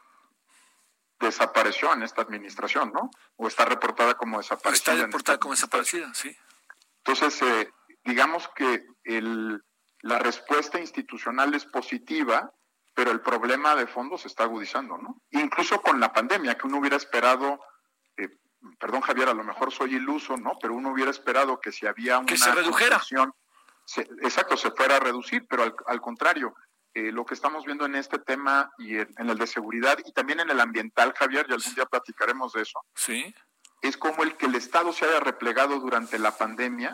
desapareció en esta administración, ¿no? O está reportada como desaparecida. Está reportada como desaparecida, sí. Entonces, eh, digamos que el, la respuesta institucional es positiva, pero el problema de fondo se está agudizando, ¿no? Incluso con la pandemia, que uno hubiera esperado, eh, perdón Javier, a lo mejor soy iluso, ¿no? Pero uno hubiera esperado que si había una... Que se redujera. Se, exacto, se fuera a reducir, pero al, al contrario, eh, lo que estamos viendo en este tema y en, en el de seguridad y también en el ambiental, Javier, y algún día platicaremos de eso. Sí. Es como el que el Estado se haya replegado durante la pandemia,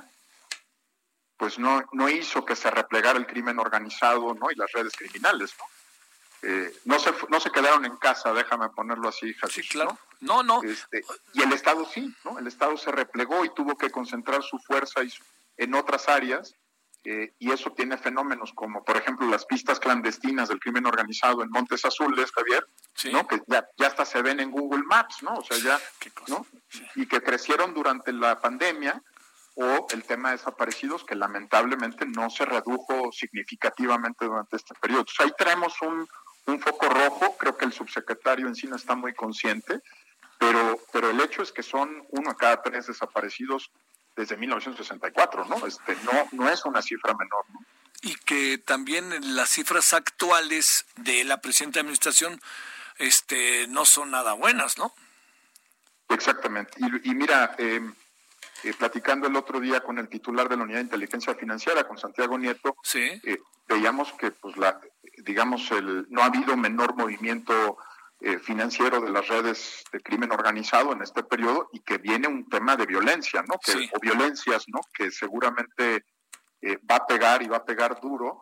pues no, no hizo que se replegara el crimen organizado, ¿no? Y las redes criminales, ¿no? Eh, no se no se quedaron en casa, déjame ponerlo así, Jesús, sí, claro. No, no. no. Este, y el Estado sí, ¿no? El Estado se replegó y tuvo que concentrar su fuerza y su, en otras áreas, eh, y eso tiene fenómenos como, por ejemplo, las pistas clandestinas del crimen organizado en Montes Azules, Javier, sí. ¿no? Que ya, ya hasta se ven en Google Maps, ¿no? O sea, ya, ¿Qué cosa? ¿no? Sí. Y que crecieron durante la pandemia, o el tema de desaparecidos, que lamentablemente no se redujo significativamente durante este periodo. Entonces, ahí traemos un, un foco rojo, creo que el subsecretario Encina está muy consciente, pero, pero el hecho es que son uno a cada tres desaparecidos desde mil novecientos sesenta y cuatro, ¿no? Este, no, no es una cifra menor, ¿no? Y que también las cifras actuales de la presente administración este, no son nada buenas, ¿no? Exactamente. Y, y mira, eh, eh, platicando el otro día con el titular de la Unidad de Inteligencia Financiera, con Santiago Nieto, sí. eh, veíamos que, pues, la, digamos, el, no ha habido menor movimiento eh, financiero de las redes de crimen organizado en este periodo y que viene un tema de violencia, ¿no? Que, sí. O violencias, ¿no? Que seguramente eh, va a pegar y va a pegar duro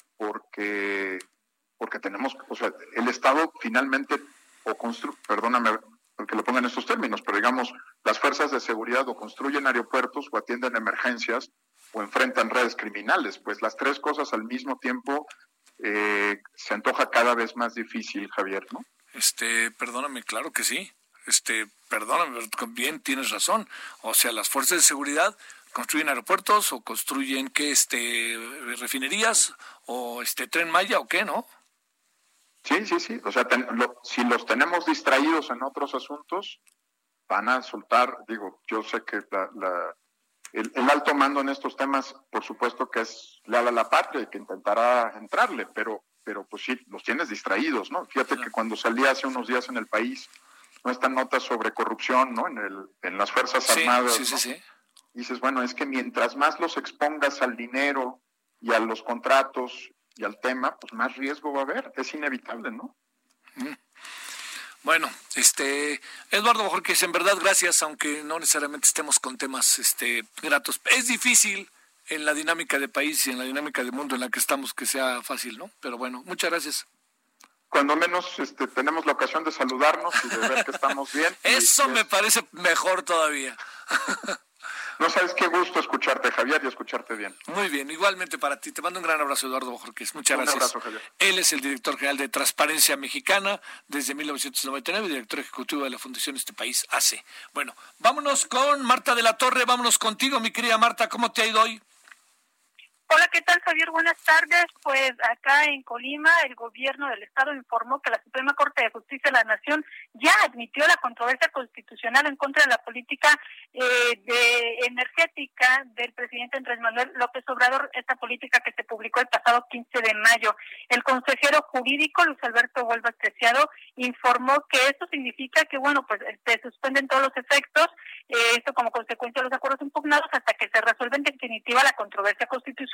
porque, porque tenemos, o sea, el Estado finalmente, o construye, perdóname, porque lo pongan en estos términos, pero digamos, las fuerzas de seguridad o construyen aeropuertos o atienden emergencias o enfrentan redes criminales, pues las tres cosas al mismo tiempo eh, se antoja cada vez más difícil, Javier, ¿no? Este, perdóname, claro que sí, este, perdóname, bien tienes razón, o sea, las fuerzas de seguridad construyen aeropuertos o construyen, ¿qué, este, refinerías o este, Tren Maya o qué, no? Sí, sí, sí. O sea, ten, lo, si los tenemos distraídos en otros asuntos, van a soltar, digo, yo sé que la, la, el, el alto mando en estos temas, por supuesto que es leal a la patria y que intentará entrarle, pero, pero pues sí, los tienes distraídos, ¿no? Fíjate que cuando salí hace unos días en El País, no están notas sobre corrupción, ¿no? En, el, en las Fuerzas Armadas, sí, sí, ¿no? sí, sí. Dices, bueno, es que mientras más los expongas al dinero y a los contratos y al tema, pues más riesgo va a haber, es inevitable, ¿no? Bueno, este, Eduardo Bojorquez, en verdad gracias, aunque no necesariamente estemos con temas este, gratos. Es difícil en la dinámica de país y en la dinámica de mundo en la que estamos que sea fácil, ¿no? Pero bueno, muchas gracias. Cuando menos este, tenemos la ocasión de saludarnos y de ver que estamos bien. Eso y, me es... parece mejor todavía. No sabes qué gusto escucharte, Javier, y escucharte bien. Muy bien, igualmente para ti. Te mando un gran abrazo, Eduardo Bojorquez. Muchas un gracias. Un abrazo, Javier. Él es el director general de Transparencia Mexicana desde mil novecientos noventa y nueve, director ejecutivo de la Fundación Este País A C E. Bueno, vámonos con Marta de la Torre, vámonos contigo, mi querida Marta. ¿Cómo te ha ido hoy? Hola, ¿qué tal, Javier? Buenas tardes. Pues acá en Colima, el gobierno del estado informó que la Suprema Corte de Justicia de la Nación ya admitió la controversia constitucional en contra de la política eh, de energética del presidente Andrés Manuel López Obrador, esta política que se publicó el pasado quince de mayo. El consejero jurídico, Luis Alberto Huelva Preciado, informó que esto significa que, bueno, pues se suspenden todos los efectos, eh, esto como consecuencia de los acuerdos impugnados hasta que se resuelva en definitiva la controversia constitucional.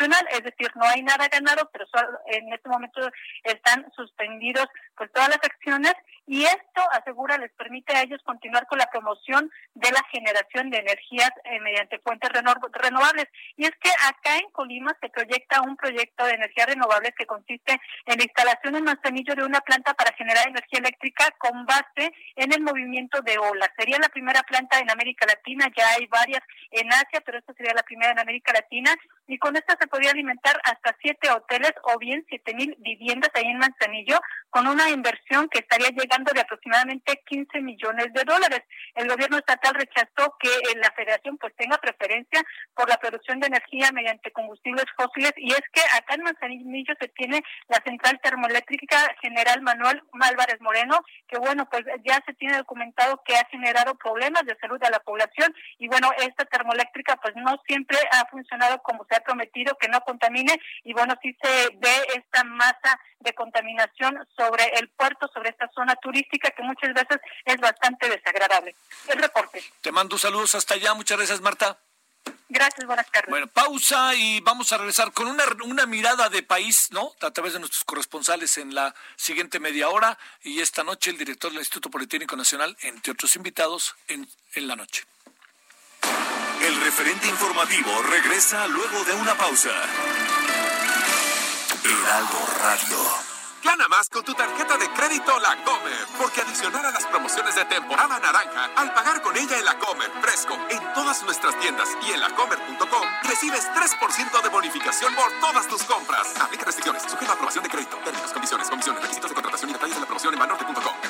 Constitucional, es decir, no hay nada ganado, pero solo en este momento están suspendidos pues todas las acciones, y esto, asegura, les permite a ellos continuar con la promoción de la generación de energías eh, mediante fuentes reno- renovables. Y es que acá en Colima se proyecta un proyecto de energías renovables que consiste en la instalación en Manzanillo de una planta para generar energía eléctrica con base en el movimiento de olas. Sería la primera planta en América Latina, ya hay varias en Asia, pero esta sería la primera en América Latina, y con esta se podría alimentar hasta siete hoteles o bien siete mil viviendas ahí en Manzanillo, con una inversión que estaría llegando de aproximadamente quince millones de dólares. El gobierno estatal rechazó que eh, la federación pues tenga preferencia por la producción de energía mediante combustibles fósiles, y es que acá en Manzanillo se tiene la central termoeléctrica General Manuel Álvarez Moreno, que bueno, pues ya se tiene documentado que ha generado problemas de salud a la población, y bueno, esta termoeléctrica pues no siempre ha funcionado como se ha prometido, que no contamine, y bueno, sí se ve esta masa de contaminación sobre el puerto, sobre esta zona turística, que muchas veces es bastante desagradable. El reporte. Te mando saludos hasta allá. Muchas gracias, Marta. Gracias, buenas tardes. Bueno, pausa y vamos a regresar con una, una mirada de país, ¿no? A través de nuestros corresponsales en la siguiente media hora. Y esta noche el director del Instituto Politécnico Nacional, entre otros invitados, en, en la noche. El referente informativo regresa luego de una pausa. Heraldo Radio. Gana más con tu tarjeta de crédito La Comer, porque adicional a las promociones de temporada naranja, al pagar con ella en La Comer fresco en todas nuestras tiendas y en lacomer punto com, recibes tres por ciento de bonificación por todas tus compras. Aplica restricciones, sujeto a aprobación de crédito, términos, condiciones, comisiones, requisitos de contratación y detalles de la promoción en banorte punto com.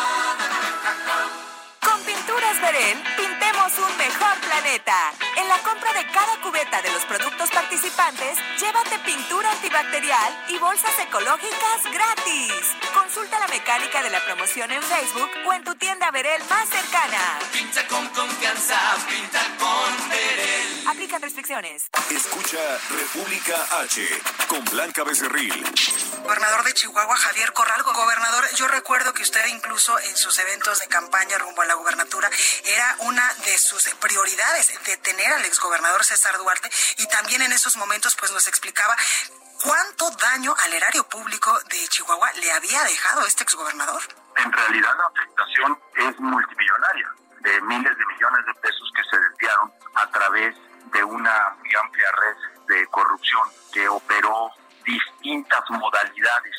Con Pinturas Verel, pintemos un mejor planeta. En la compra de cada cubeta de los productos participantes, llévate pintura antibacterial y bolsas ecológicas gratis. Consulta la mecánica de la promoción en Facebook o en tu tienda Verel más cercana. Pinta con confianza, pinta con Verel. Aplican restricciones. Escucha República H con Blanca Becerril. Gobernador de Chihuahua, Javier Corral. Gobernador, yo recuerdo que usted incluso en sus eventos de campaña rumbo a la gubernatura era una de sus prioridades detener al exgobernador César Duarte, y también en esos momentos pues nos explicaba cuánto daño al erario público de Chihuahua le había dejado este exgobernador. En realidad la afectación es multimillonaria, de miles de millones de pesos que se desviaron a través de una muy amplia red de corrupción que operó distintas modalidades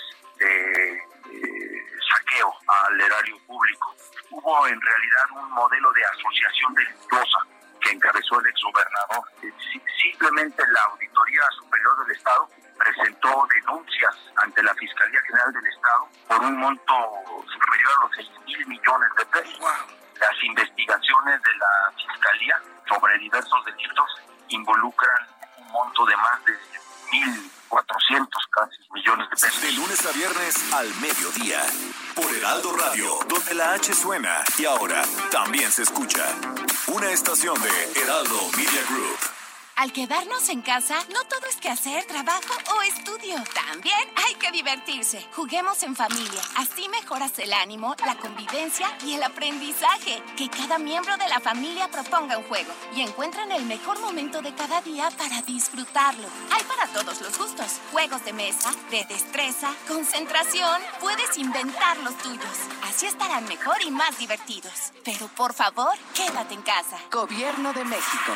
de eh, saqueo al erario público. Hubo en realidad un modelo de asociación delictuosa que encabezó el exgobernador. Simplemente la Auditoría Superior del Estado presentó denuncias ante la Fiscalía General del Estado por un monto superior a los seis mil millones de pesos. Wow. Las investigaciones de la Fiscalía sobre diversos delitos involucran un monto de más de mil cuatrocientos casi millones de pesos. De lunes a viernes al mediodía, por Heraldo Radio, donde la H suena y ahora también se escucha. Una estación de Heraldo Media Group. Al quedarnos en casa, no todo es que hacer, trabajo o estudio. También hay que divertirse. Juguemos en familia. Así mejoras el ánimo, la convivencia y el aprendizaje. Que cada miembro de la familia proponga un juego y encuentren el mejor momento de cada día para disfrutarlo. Hay para todos los gustos. Juegos de mesa, de destreza, concentración. Puedes inventar los tuyos. Así estarán mejor y más divertidos. Pero por favor, quédate en casa. Gobierno de México.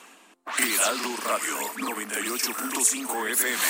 Heraldo Radio noventa y ocho punto cinco F M.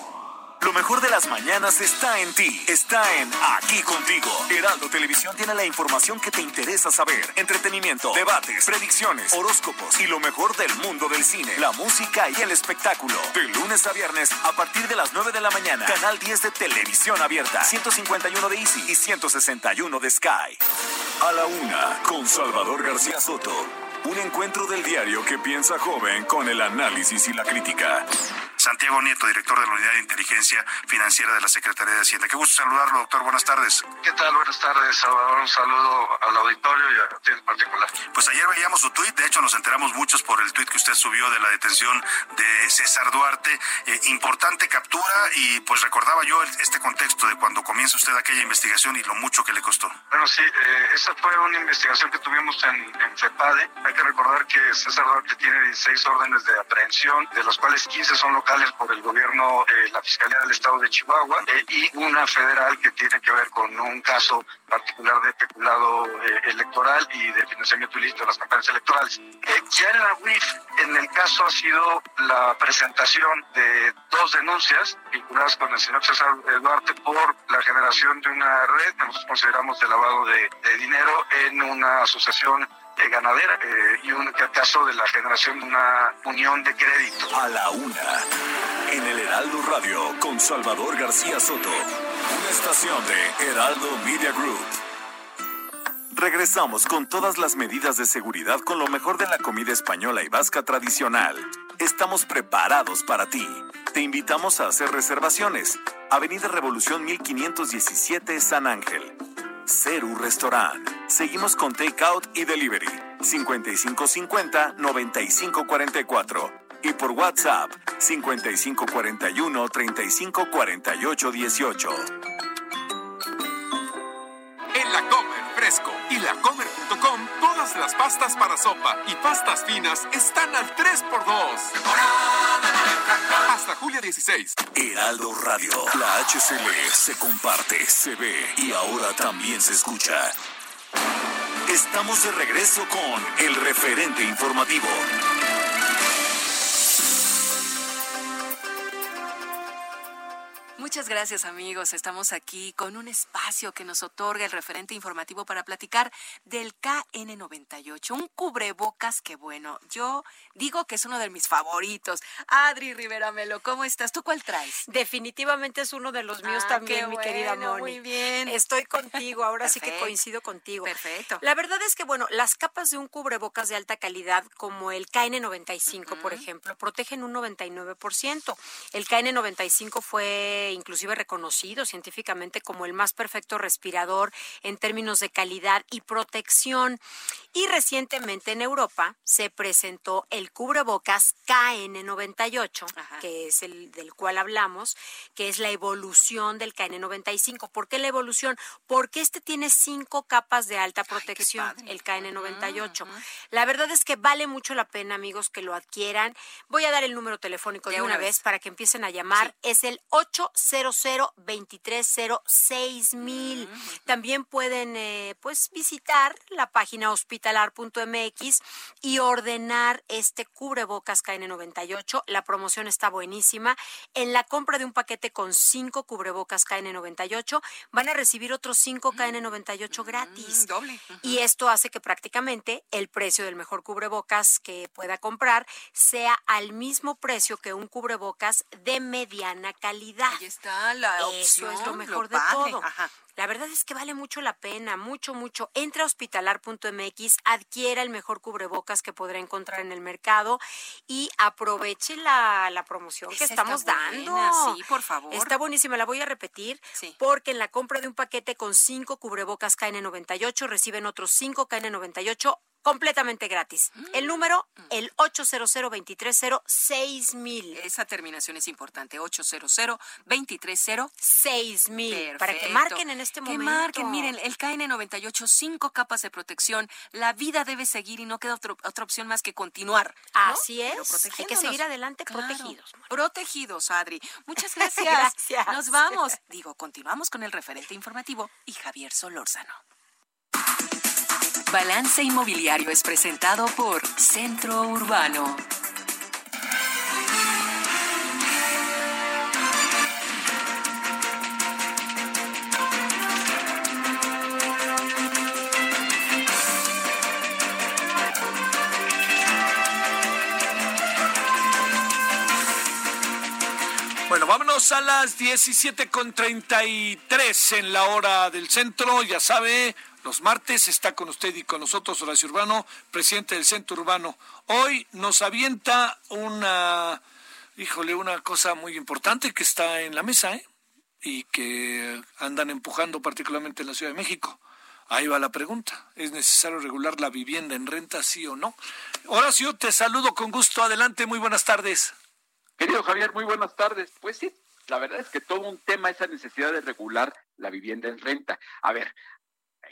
Lo mejor de las mañanas está en ti, está en Aquí Contigo. Heraldo Televisión tiene la información que te interesa saber. Entretenimiento, debates, predicciones, horóscopos y lo mejor del mundo del cine, la música y el espectáculo. De lunes a viernes a partir de las nueve de la mañana. Canal diez de Televisión Abierta, ciento cincuenta y uno de Easy y ciento sesenta y uno de Sky. A la una, con Salvador García Soto. Un encuentro del diario que piensa joven con el análisis y la crítica. Santiago Nieto, director de la Unidad de Inteligencia Financiera de la Secretaría de Hacienda. Qué gusto saludarlo, doctor. Buenas tardes. ¿Qué tal? Buenas tardes, Salvador. Un saludo al auditorio y a ti en particular. Pues ayer veíamos su tuit. De hecho, nos enteramos muchos por el tuit que usted subió de la detención de César Duarte. Eh, importante captura y pues recordaba yo este contexto de cuando comienza usted aquella investigación y lo mucho que le costó. Bueno, sí. Eh, esa fue una investigación que tuvimos en, en FEPADE. Hay que recordar que César Duarte tiene dieciséis órdenes de aprehensión, de los cuales quince son locales estatales por el gobierno, eh, la Fiscalía del Estado de Chihuahua, eh, y una federal que tiene que ver con un caso particular de peculado eh, electoral y de financiamiento ilícito de las campañas electorales. Eh, ya en la U I F, en el caso ha sido la presentación de dos denuncias vinculadas con el señor César Duarte por la generación de una red que nosotros consideramos de lavado de, de dinero en una asociación eh, ganadera eh, y un caso de la generación de una unión de crédito. A la una, en el Heraldo Radio, con Salvador García Soto, una estación de Heraldo Media Group. Regresamos con todas las medidas de seguridad con lo mejor de la comida española y vasca tradicional. Estamos preparados para ti. Te invitamos a hacer reservaciones. Avenida Revolución mil quinientos diecisiete, San Ángel. Ceru Restaurant. Seguimos con Takeout y Delivery. cincuenta y cinco cincuenta, noventa y cinco cuarenta y cuatro. Y por WhatsApp, cincuenta y cinco cuarenta y uno, treinta y cinco cuarenta y ocho dieciocho. En La Comer Fresco y lacomer punto com, todas las pastas para sopa y pastas finas están al tres por dos. Hasta julio dieciséis. Heraldo Radio. La H C L se comparte, se ve y ahora también se escucha. Estamos de regreso con el referente informativo. Muchas gracias, amigos. Estamos aquí con un espacio que nos otorga el referente informativo para platicar del K N noventa y ocho, un cubrebocas que, bueno, yo digo que es uno de mis favoritos. Adri Rivera Melo, ¿cómo estás? ¿Tú cuál traes? Definitivamente es uno de los míos ah, también, mi bueno, querida Moni. Muy bien. Estoy contigo, ahora Perfecto. sí que coincido contigo. Perfecto. La verdad es que, bueno, las capas de un cubrebocas de alta calidad, como el K N noventa y cinco, uh-huh. por ejemplo, protegen un noventa y nueve por ciento. El K N noventa y cinco fue inclusive reconocido científicamente como el más perfecto respirador en términos de calidad y protección. Y recientemente en Europa se presentó el cubrebocas K N noventa y ocho, Ajá. que es el del cual hablamos, que es la evolución del K N noventa y cinco. ¿Por qué la evolución? Porque este tiene cinco capas de alta protección, Ay, el K N noventa y ocho. Uh-huh. La verdad es que vale mucho la pena, amigos, que lo adquieran. Voy a dar el número telefónico de, de una, una vez para que empiecen a llamar. Sí. Es el ocho cero cero, veintitrés cero, seis mil. Uh-huh. También pueden eh, pues visitar la página hospitalar punto m x y ordenar este cubrebocas K N noventa y ocho. La promoción está buenísima. En la compra de un paquete con cinco cubrebocas K N noventa y ocho van a recibir otros cinco K N noventa y ocho uh-huh. gratis. Doble. Uh-huh. Y esto hace que prácticamente el precio del mejor cubrebocas que pueda comprar sea al mismo precio que un cubrebocas de mediana calidad. Ahí está la Eso opción, es lo mejor lo de padre. todo. Ajá. La verdad es que vale mucho la pena, mucho, mucho. Entra a hospitalar punto m x, adquiera el mejor cubrebocas que podrá encontrar en el mercado y aproveche la, la promoción Esa que estamos está dando. Buena, sí, por favor. Está buenísima, la voy a repetir, sí. porque en la compra de un paquete con cinco cubrebocas K N noventa y ocho reciben otros cinco K N noventa y ocho completamente gratis. Mm. El número, el ocho cero cero, veintitrés cero, seis mil. Esa terminación es importante, ocho cero cero, veintitrés cero, seis mil. Para que marquen en este momento. Que marquen, miren, el K N noventa y ocho, cinco capas de protección. La vida debe seguir y no queda otro, otra opción más que continuar, ¿no? Así es. Hay que seguir adelante claro. protegidos. Protegidos, Adri. Muchas gracias. Gracias. Nos vamos. Digo, continuamos con el referente informativo y Javier Solórzano. Balance Inmobiliario es presentado por Centro Urbano. Bueno, vámonos a las diecisiete con treinta y tres en la hora del centro, ya sabe. Los martes está con usted y con nosotros Horacio Urbano, presidente del Centro Urbano. Hoy nos avienta una, híjole, una cosa muy importante que está en la mesa, ¿eh? Y que andan empujando particularmente en la Ciudad de México. Ahí va la pregunta. ¿Es necesario regular la vivienda en renta, sí o no? Horacio, te saludo con gusto. Adelante, muy buenas tardes. Querido Javier, muy buenas tardes. Pues sí, la verdad es que todo un tema esa necesidad de regular la vivienda en renta. A ver,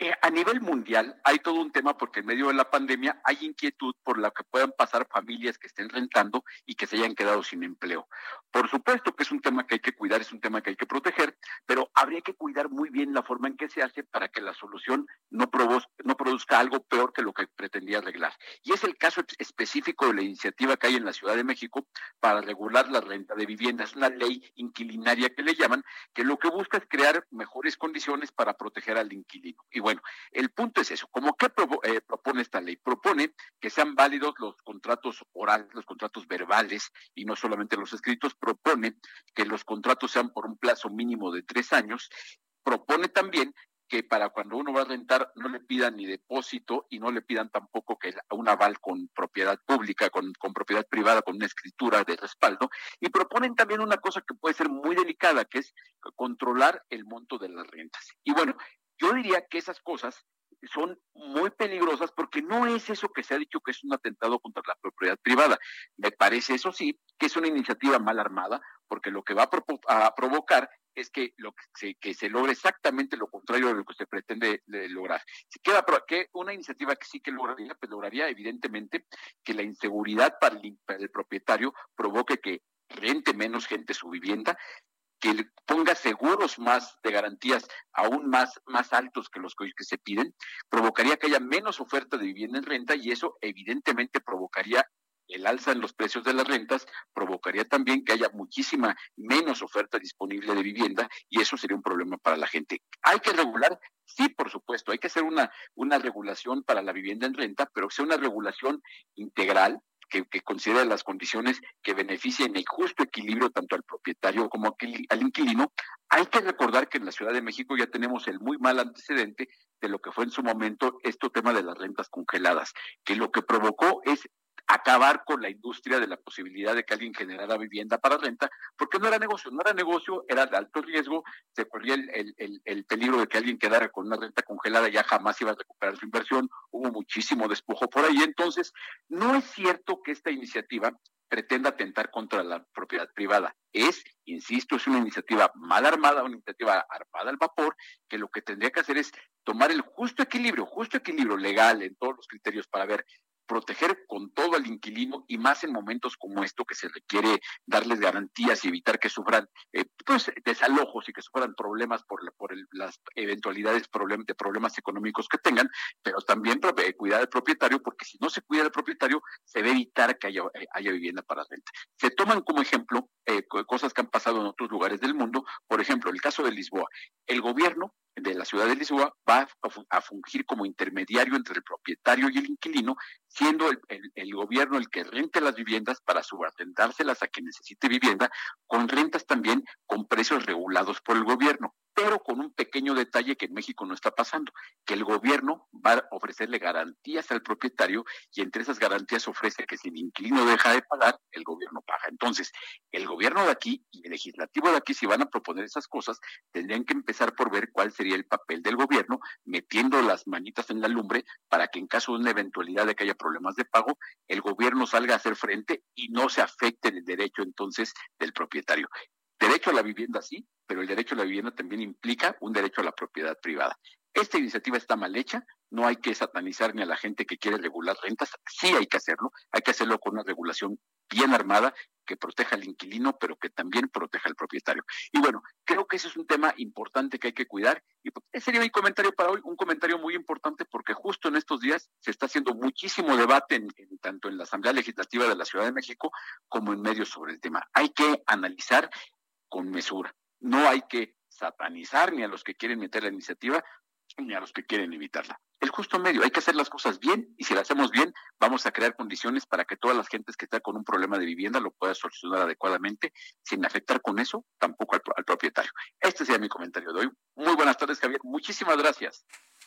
Eh, a nivel mundial hay todo un tema porque en medio de la pandemia hay inquietud por la que puedan pasar familias que estén rentando y que se hayan quedado sin empleo. Por supuesto que es un tema que hay que cuidar, es un tema que hay que proteger, pero habría que cuidar muy bien la forma en que se hace para que la solución no, provo- no produzca algo peor que lo que pretendía arreglar. Y es el caso específico de la iniciativa que hay en la Ciudad de México para regular la renta de vivienda. Es una ley inquilinaria que le llaman, que lo que busca es crear mejores condiciones para proteger al inquilino. Y bueno, el punto es eso. ¿Cómo qué pro, eh, propone esta ley? Propone que sean válidos los contratos orales, los contratos verbales y no solamente los escritos. Propone que los contratos sean por un plazo mínimo de tres años. Propone también que para cuando uno va a rentar no le pidan ni depósito y no le pidan tampoco que un aval con propiedad pública, con, con propiedad privada, con una escritura de respaldo. Y proponen también una cosa que puede ser muy delicada, que es controlar el monto de las rentas. Y bueno, yo diría que esas cosas son muy peligrosas porque no es eso que se ha dicho que es un atentado contra la propiedad privada. Me parece, eso sí, que es una iniciativa mal armada, porque lo que va a, provo- a provocar es que, lo que, se, que se logre exactamente lo contrario de lo que se pretende de lograr. Si queda que una iniciativa que sí que lograría, pues lograría evidentemente que la inseguridad para el, para el propietario provoque que rente menos gente su vivienda, que le ponga seguros más de garantías aún más, más altos que los que se piden, provocaría que haya menos oferta de vivienda en renta y eso evidentemente provocaría el alza en los precios de las rentas, provocaría también que haya muchísima menos oferta disponible de vivienda y eso sería un problema para la gente. ¿Hay que regular? Sí, por supuesto, hay que hacer una, una regulación para la vivienda en renta, pero que sea una regulación integral, Que, que considere las condiciones que beneficien el justo equilibrio tanto al propietario como al inquilino. Hay que recordar que en la Ciudad de México ya tenemos el muy mal antecedente de lo que fue en su momento este tema de las rentas congeladas, que lo que provocó es acabar con la industria de la posibilidad de que alguien generara vivienda para renta, porque no era negocio, no era negocio, era de alto riesgo, se corría el, el, el, el peligro de que alguien quedara con una renta congelada, ya jamás iba a recuperar su inversión, hubo muchísimo despojo por ahí. Entonces, no es cierto que esta iniciativa pretenda atentar contra la propiedad privada. Es, insisto, es una iniciativa mal armada, una iniciativa armada al vapor, que lo que tendría que hacer es tomar el justo equilibrio, justo equilibrio legal en todos los criterios para ver proteger con todo al inquilino y más en momentos como esto que se requiere darles garantías y evitar que sufran eh, pues desalojos y que sufran problemas por, la, por el, las eventualidades problem, de problemas económicos que tengan, pero también eh, cuidar al propietario, porque si no se cuida al propietario se va a evitar que haya, eh, haya vivienda para renta. Se toman como ejemplo eh, cosas que han pasado en otros lugares del mundo. Por ejemplo, el caso de Lisboa. El gobierno de la ciudad de Lisboa va a fungir como intermediario entre el propietario y el inquilino, siendo el, el, el gobierno el que rente las viviendas para subarrendárselas a quien necesite vivienda, con rentas también con precios regulados por el gobierno, pero con un pequeño detalle que en México no está pasando, que el gobierno va a ofrecerle garantías al propietario y entre esas garantías ofrece que si el inquilino deja de pagar, el gobierno paga. Entonces, el gobierno de aquí y el legislativo de aquí, si van a proponer esas cosas, tendrían que empezar por ver cuál sería el papel del gobierno, metiendo las manitas en la lumbre para que en caso de una eventualidad de que haya problemas de pago, el gobierno salga a hacer frente y no se afecte el derecho entonces del propietario. Derecho a la vivienda sí, pero el derecho a la vivienda también implica un derecho a la propiedad privada. Esta iniciativa está mal hecha, no hay que satanizar ni a la gente que quiere regular rentas, sí hay que hacerlo, hay que hacerlo con una regulación bien armada que proteja al inquilino, pero que también proteja al propietario. Y bueno, creo que ese es un tema importante que hay que cuidar, y ese sería mi comentario para hoy, un comentario muy importante porque justo en estos días se está haciendo muchísimo debate en, en, tanto en la Asamblea Legislativa de la Ciudad de México como en medios sobre el tema. Hay que analizar con mesura, no hay que satanizar ni a los que quieren meter la iniciativa, ni a los que quieren evitarla. El justo medio, hay que hacer las cosas bien y si las hacemos bien vamos a crear condiciones para que todas las gentes que están con un problema de vivienda lo puedan solucionar adecuadamente sin afectar con eso tampoco al, al propietario. Este sería mi comentario de hoy. Muy buenas tardes, Javier. Muchísimas gracias.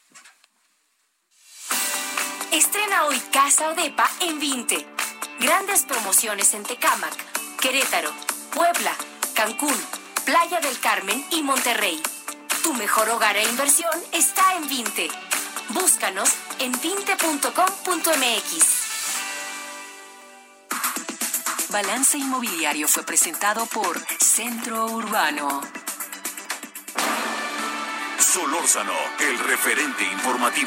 Estrena hoy Casa o Depa en Vinte. Grandes promociones en Tecámac, Querétaro, Puebla, Cancún, Playa del Carmen y Monterrey. Tu mejor hogar e inversión está en Vinte. Búscanos en vinte punto com punto m x. Balance Inmobiliario fue presentado por Centro Urbano. Solórzano, el referente informativo.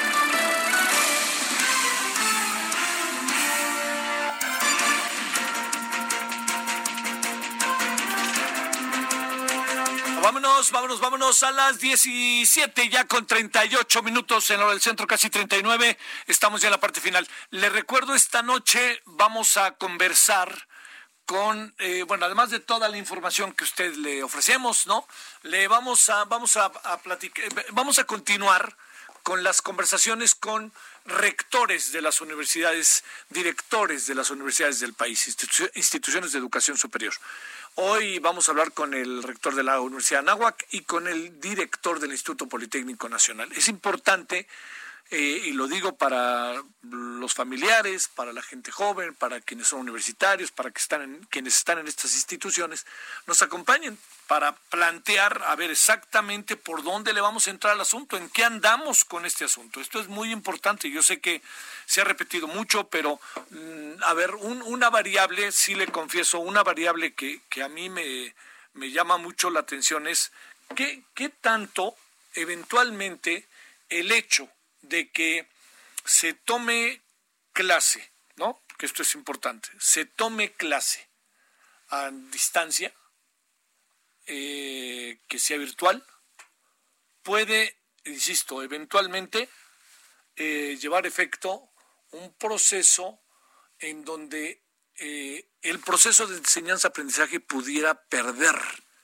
Vámonos, vámonos, vámonos a las diecisiete ya con treinta y ocho minutos en hora del centro, casi treinta y nueve. Estamos ya en la parte final. Le recuerdo, esta noche vamos a conversar con, eh, bueno, además de toda la información que usted le ofrecemos, ¿no? Le vamos a, vamos a, a platicar, vamos a continuar con las conversaciones con rectores de las universidades, directores de las universidades del país, institu- instituciones de educación superior. Hoy vamos a hablar con el rector de la Universidad de Anáhuac y con el director del Instituto Politécnico Nacional. Es importante, eh, y lo digo para los familiares, para la gente joven, para quienes son universitarios, para que están en, quienes están en estas instituciones, nos acompañen para plantear, a ver exactamente por dónde le vamos a entrar al asunto, en qué andamos con este asunto. Esto es muy importante. Yo sé que se ha repetido mucho, pero mm, a ver, un, una variable, sí le confieso, una variable que, que a mí me, me llama mucho la atención es qué, qué tanto eventualmente el hecho de que se tome clase, ¿no? Que esto es importante, se tome clase a distancia, Eh, que sea virtual, puede, insisto, eventualmente eh, llevar efecto un proceso en donde eh, el proceso de enseñanza-aprendizaje pudiera perder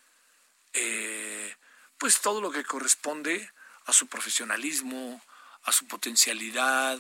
eh, pues todo lo que corresponde a su profesionalismo, a su potencialidad,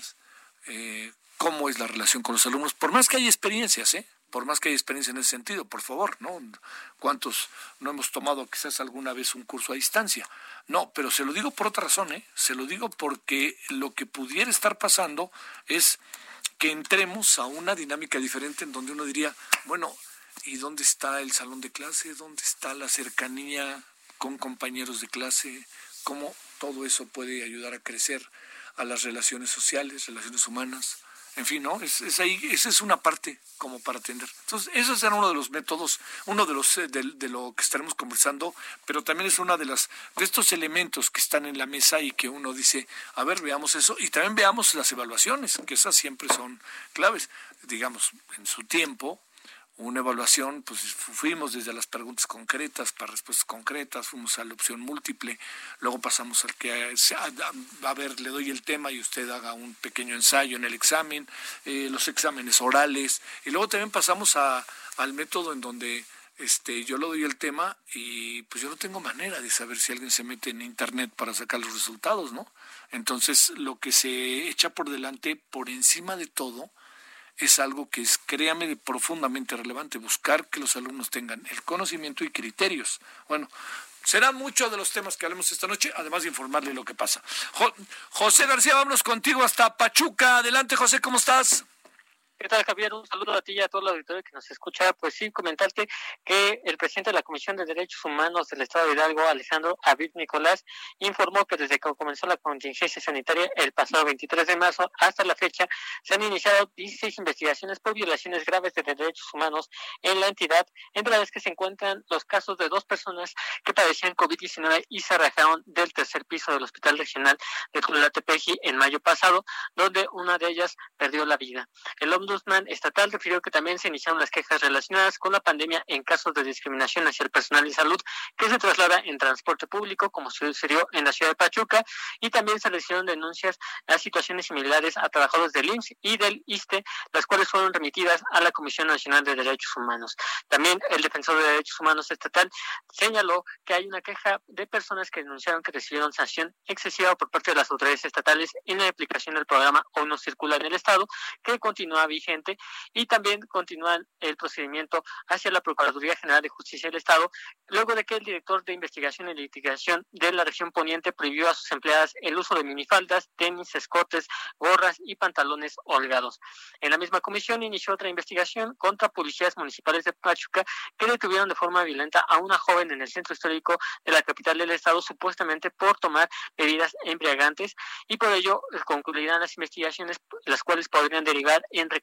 eh, cómo es la relación con los alumnos, por más que haya experiencias, ¿eh? Por más que haya experiencia en ese sentido, por favor, ¿no? ¿Cuántos no hemos tomado quizás alguna vez un curso a distancia? No, pero se lo digo por otra razón, ¿eh? Se lo digo porque lo que pudiera estar pasando es que entremos a una dinámica diferente en donde uno diría, bueno, ¿y dónde está el salón de clase? ¿Dónde está la cercanía con compañeros de clase? ¿Cómo todo eso puede ayudar a crecer a las relaciones sociales, relaciones humanas? En fin, ¿no? Es, es ahí, esa es una parte como para atender. Entonces, eso será uno de los métodos, uno de los de, de lo que estaremos conversando, pero también es una de las de estos elementos que están en la mesa y que uno dice, a ver, veamos eso, y también veamos las evaluaciones, que esas siempre son claves. Digamos, en su tiempo, una evaluación, pues fuimos desde las preguntas concretas para respuestas concretas, fuimos a la opción múltiple, luego pasamos al que, a, a ver, le doy el tema y usted haga un pequeño ensayo en el examen, eh, los exámenes orales, y luego también pasamos a, al método en donde este, yo le doy el tema y pues yo no tengo manera de saber si alguien se mete en internet para sacar los resultados, ¿no? Entonces, lo que se echa por delante, por encima de todo, es algo que es, créame, profundamente relevante, buscar que los alumnos tengan el conocimiento y criterios. Bueno, serán muchos de los temas que hablemos esta noche, además de informarle lo que pasa. Jo- José García, vámonos contigo hasta Pachuca. Adelante, José, ¿cómo estás? ¿Qué tal, Javier? Un saludo a ti y a todo el auditorio que nos escucha. Pues sí, comentarte que el presidente de la Comisión de Derechos Humanos del Estado de Hidalgo, Alejandro Avid Nicolás, informó que desde que comenzó la contingencia sanitaria el pasado veintitrés de marzo hasta la fecha se han iniciado dieciséis investigaciones por violaciones graves de derechos humanos en la entidad, entre las que se encuentran los casos de dos personas que padecían COVID diecinueve y se arrojaron del tercer piso del Hospital Regional de Tulatepeji en mayo pasado, donde una de ellas perdió la vida. El Ombudsman estatal refirió que también se iniciaron las quejas relacionadas con la pandemia en casos de discriminación hacia el personal de salud que se traslada en transporte público, como sucedió en la ciudad de Pachuca, y también se le hicieron denuncias a situaciones similares a trabajadores del I M S S y del I S S S T E, las cuales fueron remitidas a la Comisión Nacional de Derechos Humanos. También el defensor de derechos humanos estatal señaló que hay una queja de personas que denunciaron que recibieron sanción excesiva por parte de las autoridades estatales en la aplicación del programa Hoy No Circula en el Estado, que continúa vigente, y también continúa el procedimiento hacia la Procuraduría General de Justicia del Estado, luego de que el director de investigación y litigación de la región poniente prohibió a sus empleadas el uso de minifaldas, tenis, escotes, gorras y pantalones holgados. En la misma comisión inició otra investigación contra policías municipales de Pachuca que detuvieron de forma violenta a una joven en el centro histórico de la capital del estado, supuestamente por tomar bebidas embriagantes, y por ello concluirán las investigaciones, las cuales podrían derivar en recomendaciones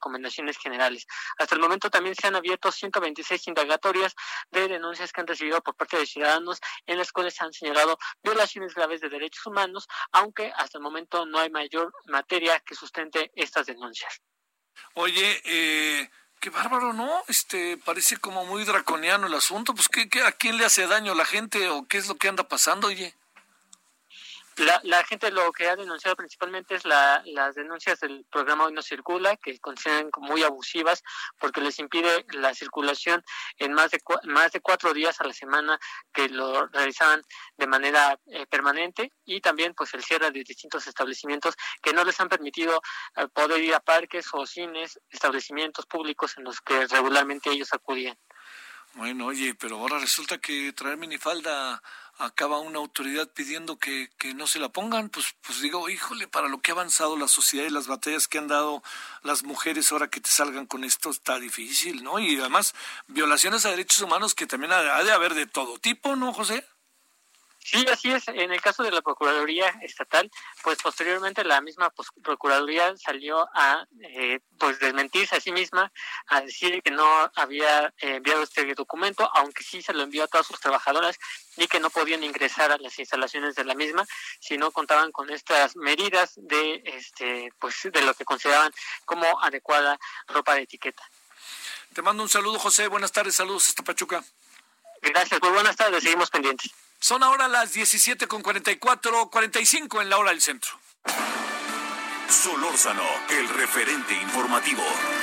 recomendaciones generales. Hasta el momento también se han abierto ciento veintiséis indagatorias de denuncias que han recibido por parte de ciudadanos, en las cuales se han señalado violaciones graves de derechos humanos, aunque hasta el momento no hay mayor materia que sustente estas denuncias. Oye, eh, qué bárbaro, ¿no? Este, parece como muy draconiano el asunto. Pues, ¿qué, qué, ¿a quién le hace daño? ¿A la gente o qué es lo que anda pasando, oye? La, la gente lo que ha denunciado principalmente es la, las denuncias del programa Hoy No Circula, que consideran como muy abusivas porque les impide la circulación en más de más de cuatro días a la semana, que lo realizaban de manera eh, permanente, y también pues el cierre de distintos establecimientos que no les han permitido eh, poder ir a parques o cines, establecimientos públicos en los que regularmente ellos acudían. Bueno, oye, pero ahora resulta que traer minifalda acaba una autoridad pidiendo que, que no se la pongan. Pues, pues digo, híjole, para lo que ha avanzado la sociedad y las batallas que han dado las mujeres, ahora que te salgan con esto está difícil, ¿no? Y además, violaciones a derechos humanos que también ha de haber de todo tipo, ¿no, José? Sí, así es. En el caso de la Procuraduría Estatal, pues posteriormente la misma pues, Procuraduría salió a eh, pues desmentirse a sí misma, a decir que no había eh, enviado este documento, aunque sí se lo envió a todas sus trabajadoras, y que no podían ingresar a las instalaciones de la misma si no contaban con estas medidas de este pues de lo que consideraban como adecuada ropa de etiqueta. Te mando un saludo, José. Buenas tardes, saludos hasta Pachuca. Gracias, muy buenas tardes, seguimos pendientes. Son ahora las diecisiete con cuarenta y cuatro, cuarenta y cinco en la hora del centro. Solórzano, el referente informativo.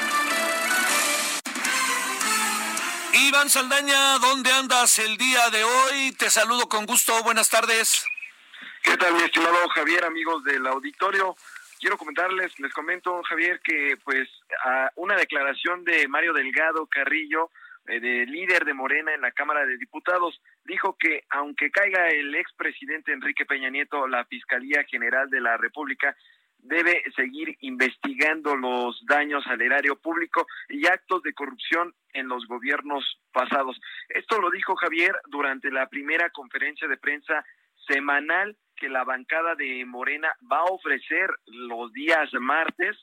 Iván Saldaña, ¿dónde andas el día de hoy? Te saludo con gusto, buenas tardes. ¿Qué tal, mi estimado Javier, amigos del auditorio? Quiero comentarles, les comento, Javier, que pues a una declaración de Mario Delgado Carrillo, eh, de líder de Morena en la Cámara de Diputados, dijo que aunque caiga el expresidente Enrique Peña Nieto, la Fiscalía General de la República debe seguir investigando los daños al erario público y actos de corrupción en los gobiernos pasados. Esto lo dijo Javier durante la primera conferencia de prensa semanal que la bancada de Morena va a ofrecer los días martes,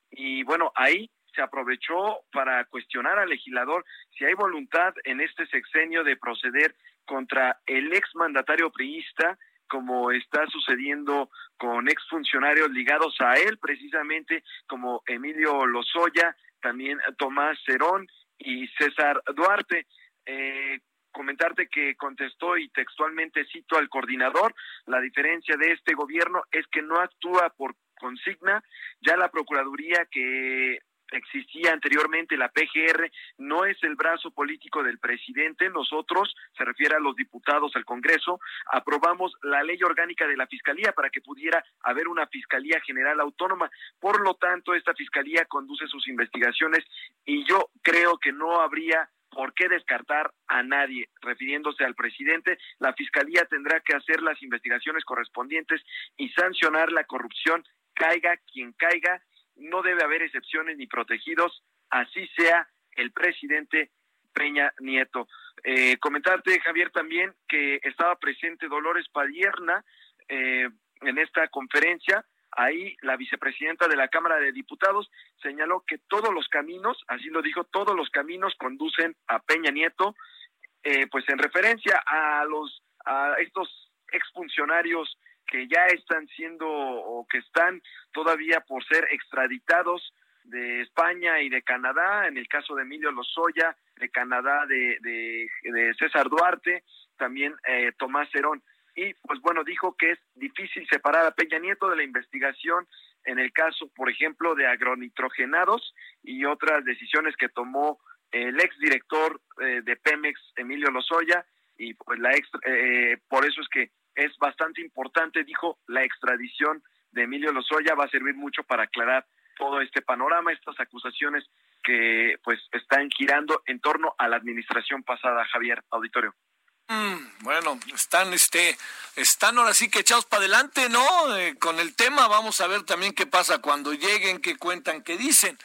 y bueno, ahí se aprovechó para cuestionar al legislador si hay voluntad en este sexenio de proceder contra el exmandatario priista, como está sucediendo con exfuncionarios ligados a él, precisamente como Emilio Lozoya, también Tomás Cerón y César Duarte. Eh, comentarte que contestó, y textualmente cito al coordinador: la diferencia de este gobierno es que no actúa por consigna. Ya la Procuraduría que existía anteriormente, la P G R, no es el brazo político del presidente. Nosotros, se refiere a los diputados al Congreso, aprobamos la ley orgánica de la Fiscalía para que pudiera haber una Fiscalía General Autónoma. Por lo tanto, esta Fiscalía conduce sus investigaciones y yo creo que no habría por qué descartar a nadie. Refiriéndose al presidente, la Fiscalía tendrá que hacer las investigaciones correspondientes y sancionar la corrupción, caiga quien caiga. No debe haber excepciones ni protegidos, así sea el presidente Peña Nieto. Eh, comentarte, Javier, también que estaba presente Dolores Padierna eh, en esta conferencia. Ahí la vicepresidenta de la Cámara de Diputados señaló que todos los caminos, así lo dijo, todos los caminos conducen a Peña Nieto, eh, pues en referencia a los a estos exfuncionarios que ya están siendo o que están todavía por ser extraditados de España y de Canadá, en el caso de Emilio Lozoya, de Canadá, de, de, de César Duarte, también eh, Tomás Cerón. Y pues bueno, dijo que es difícil separar a Peña Nieto de la investigación en el caso, por ejemplo, de agronitrogenados y otras decisiones que tomó el exdirector eh, de Pemex, Emilio Lozoya, y pues la ex, eh, por eso es que es bastante importante, dijo, la extradición de Emilio Lozoya va a servir mucho para aclarar todo este panorama, estas acusaciones que pues están girando en torno a la administración pasada. Javier, auditorio. Mm, bueno, están este, están ahora sí que echados para adelante, ¿no? Eh, con el tema, vamos a ver también qué pasa cuando lleguen, qué cuentan, qué dicen.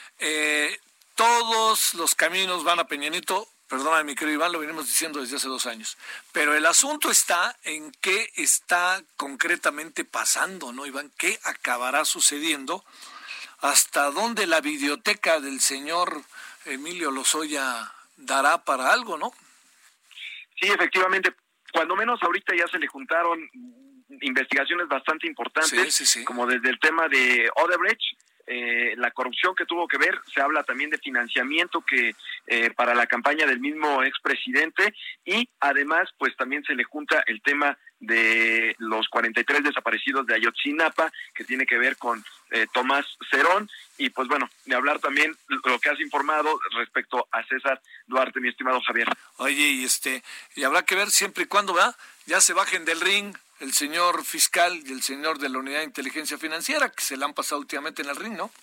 Eh, todos los caminos van a Peña Nieto. Perdóname, mi querido Iván, lo venimos diciendo desde hace dos años. Pero el asunto está en qué está concretamente pasando, ¿no, Iván? ¿Qué acabará sucediendo hasta dónde la biblioteca del señor Emilio Lozoya dará para algo, ¿no? Sí, efectivamente, cuando menos ahorita ya se le juntaron investigaciones bastante importantes, sí, sí, sí. como desde el tema de Odebrecht, eh, la corrupción que tuvo que ver, se habla también de financiamiento que eh, para la campaña del mismo expresidente, y además pues también se le junta el tema de los cuarenta y tres desaparecidos de Ayotzinapa, que tiene que ver con eh, Tomás Cerón, y pues bueno, de hablar también lo que has informado respecto a César Duarte, mi estimado Javier. Oye, y este, y habrá que ver siempre y cuando, ¿verdad?, ya se bajen del ring el señor fiscal y el señor de la Unidad de Inteligencia Financiera, que se le han pasado últimamente en el ring, ¿no?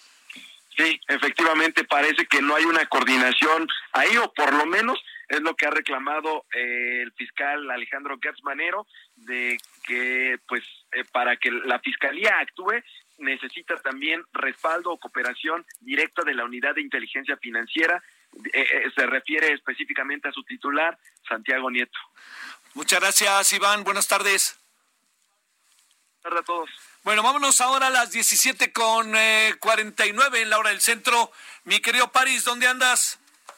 Sí, efectivamente parece que no hay una coordinación ahí, o por lo menos es lo que ha reclamado eh, el fiscal Alejandro Gertz Manero, de que pues eh, para que la fiscalía actúe necesita también respaldo o cooperación directa de la Unidad de Inteligencia Financiera. Eh, eh, se refiere específicamente a su titular, Santiago Nieto. Muchas gracias, Iván. Buenas tardes. Buenas tardes a todos. Bueno, vámonos ahora a las diecisiete con cuarenta y nueve en la hora del centro. Mi querido París, ¿dónde andas?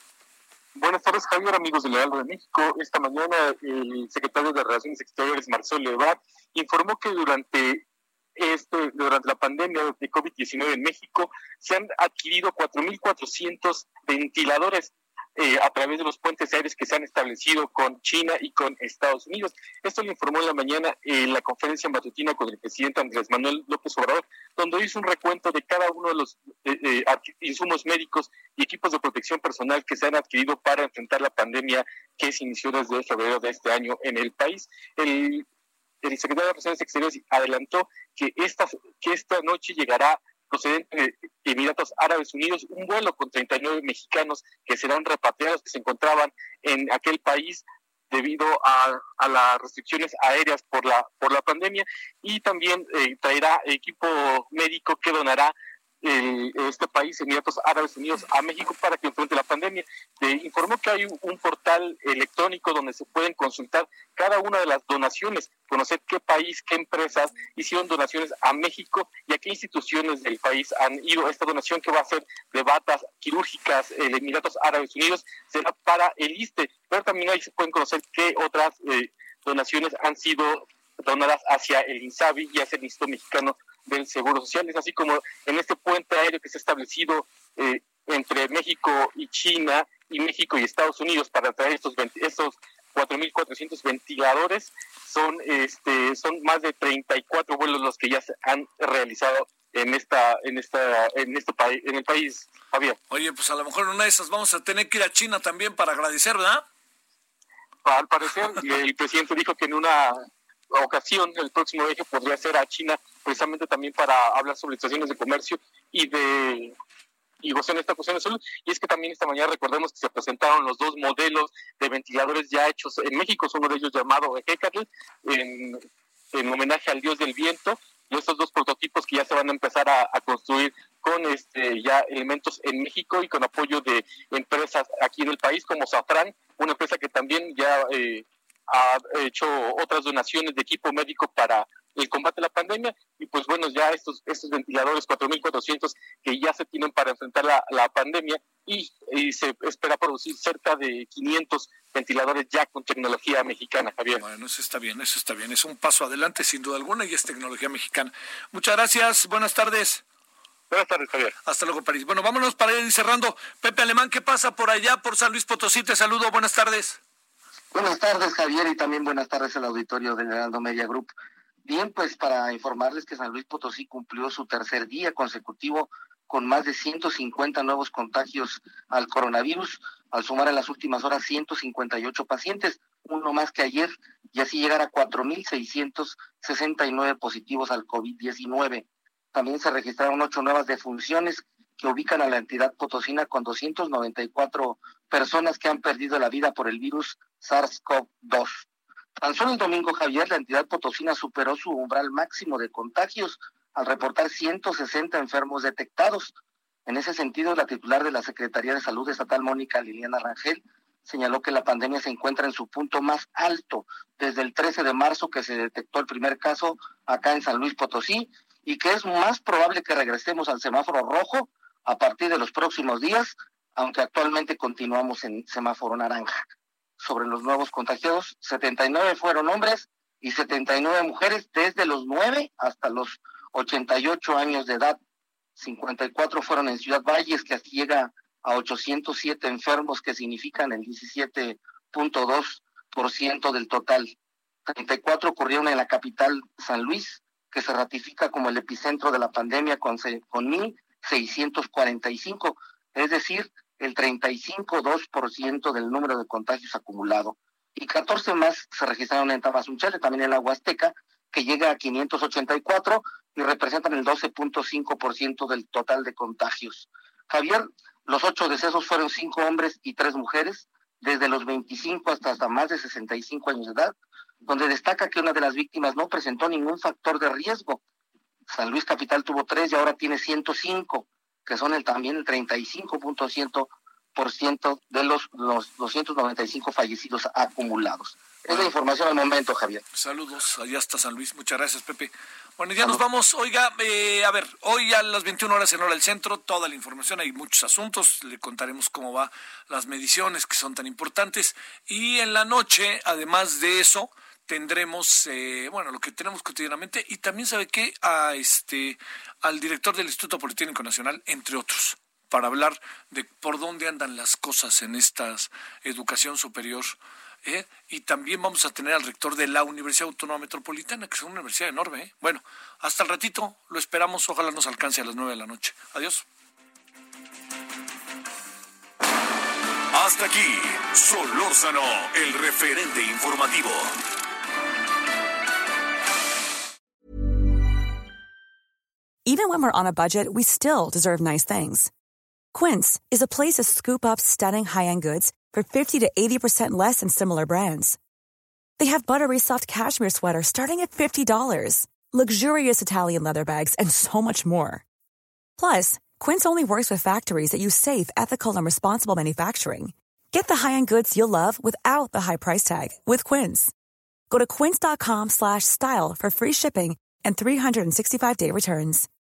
Buenas tardes, Javier, amigos del Heraldo de México. Esta mañana el secretario de Relaciones Exteriores, Marcelo Ebrard, informó que durante este durante la pandemia de COVID diecinueve en México se han adquirido cuatro mil cuatrocientos ventiladores eh, a través de los puentes aéreos que se han establecido con China y con Estados Unidos. Esto lo informó en la mañana en la conferencia matutina con el presidente Andrés Manuel López Obrador, donde hizo un recuento de cada uno de los eh, eh, insumos médicos y equipos de protección personal que se han adquirido para enfrentar la pandemia que se inició desde febrero de este año en el país. El, el secretario de Relaciones Exteriores adelantó que esta, que esta noche llegará procedente de Emiratos Árabes Unidos un vuelo con treinta y nueve mexicanos que serán repatriados, que se encontraban en aquel país debido a, a las restricciones aéreas por la por la pandemia, y también eh, traerá equipo médico que donará el, este país, Emiratos Árabes Unidos, a México para que enfrente la pandemia. Eh, informó que hay un, un portal electrónico donde se pueden consultar cada una de las donaciones, conocer qué país, qué empresas hicieron donaciones a México y a qué instituciones del país han ido. Esta donación, que va a ser de batas quirúrgicas, el Emiratos Árabes Unidos, será para el ISSSTE, pero también ahí se pueden conocer qué otras eh, donaciones han sido donadas hacia el INSABI y hacia el Instituto Mexicano del Seguro Social. Es así como en este puente aéreo que se ha establecido eh, entre México y China y México y Estados Unidos para traer estos, estos cuatro mil cuatrocientos ventiladores, son este son más de treinta y cuatro vuelos los que ya se han realizado en esta en esta en este país en el país, Javier. Oye, pues a lo mejor en una de esas vamos a tener que ir a China también para agradecer, ¿verdad? Al parecer el presidente dijo que en una ocasión el próximo viaje podría ser a China, precisamente también para hablar sobre estaciones de comercio y de y pues en esta cuestión de salud. Y es que también esta mañana recordemos que se presentaron los dos modelos de ventiladores ya hechos en México, uno de ellos llamado Ejecatl, en, en homenaje al dios del viento, y estos dos prototipos que ya se van a empezar a, a construir con este ya elementos en México y con apoyo de empresas aquí en el país como Safran, una empresa que también ya eh, ha hecho otras donaciones de equipo médico para el combate a la pandemia. Y pues bueno, ya estos estos ventiladores cuatro mil cuatrocientos que ya se tienen para enfrentar la, la pandemia, y, y se espera producir cerca de quinientos ventiladores ya con tecnología mexicana, Javier. Bueno, eso está bien, eso está bien, es un paso adelante sin duda alguna y es tecnología mexicana. Muchas gracias, buenas tardes. Buenas tardes, Javier. Hasta luego, París. Bueno, vámonos para ir cerrando. Pepe Alemán, ¿qué pasa por allá, por San Luis Potosí? Te saludo, buenas tardes. Buenas tardes, Javier, y también buenas tardes al auditorio del Heraldo Media Group. Bien, pues para informarles que San Luis Potosí cumplió su tercer día consecutivo con más de ciento cincuenta nuevos contagios al coronavirus, al sumar en las últimas horas ciento cincuenta y ocho pacientes, uno más que ayer, y así llegar a cuatro mil seiscientos sesenta y nueve positivos al COVID diecinueve. También se registraron ocho nuevas defunciones que ubican a la entidad potosina con doscientas noventa y cuatro personas que han perdido la vida por el virus SARS-CoV dos. Tan solo el domingo, Javier, la entidad potosina superó su umbral máximo de contagios al reportar ciento sesenta enfermos detectados. En ese sentido, la titular de la Secretaría de Salud Estatal, Mónica Liliana Rangel, señaló que la pandemia se encuentra en su punto más alto desde el trece de marzo, que se detectó el primer caso acá en San Luis Potosí, y que es más probable que regresemos al semáforo rojo a partir de los próximos días, aunque actualmente continuamos en semáforo naranja. Sobre los nuevos contagiados, setenta y nueve fueron hombres y setenta y nueve mujeres desde los nueve hasta los ochenta y ocho años de edad. cincuenta y cuatro fueron en Ciudad Valles, que así llega a ochocientos siete enfermos, que significan el diecisiete punto dos por ciento del total. treinta y cuatro ocurrieron en la capital, San Luis, que se ratifica como el epicentro de la pandemia con, con mil seiscientos cuarenta y cinco, es decir, el treinta y cinco punto dos por ciento del número de contagios acumulado. Y catorce más se registraron en Tamazunchale, también en la Huasteca, que llega a quinientos ochenta y cuatro y representan el doce punto cinco por ciento del total de contagios. Javier, los ocho decesos fueron cinco hombres y tres mujeres, desde los veinticinco hasta, hasta más de sesenta y cinco años de edad, donde destaca que una de las víctimas no presentó ningún factor de riesgo. San Luis Capital tuvo tres y ahora tiene ciento cinco, que son el, también el treinta y cinco punto ciento por ciento de los, los doscientos noventa y cinco fallecidos acumulados. Es la información al momento, Javier. Saludos, allá hasta San Luis. Muchas gracias, Pepe. Bueno, ya nos vamos. Oiga, eh, a ver, hoy a las veintiuna horas en Hora del Centro, toda la información, hay muchos asuntos, le contaremos cómo va las mediciones que son tan importantes. Y en la noche, además de eso, tendremos, eh, bueno, lo que tenemos cotidianamente, y también, ¿sabe qué? A este, al director del Instituto Politécnico Nacional, entre otros, para hablar de por dónde andan las cosas en esta educación superior. ¿Eh? Y también vamos a tener al rector de la Universidad Autónoma Metropolitana, que es una universidad enorme. ¿eh? Bueno, hasta el ratito, lo esperamos, ojalá nos alcance a las nueve de la noche. Adiós. Hasta aquí, Solórzano, el referente informativo. Even when we're on a budget, we still deserve nice things. Quince is a place to scoop up stunning high-end goods for fifty to eighty percent less than similar brands. They have buttery soft cashmere sweaters starting at fifty dollars, luxurious Italian leather bags, and so much more. Plus, Quince only works with factories that use safe, ethical, and responsible manufacturing. Get the high-end goods you'll love without the high price tag with Quince. Go to quince.com slash style for free shipping and three sixty-five day returns.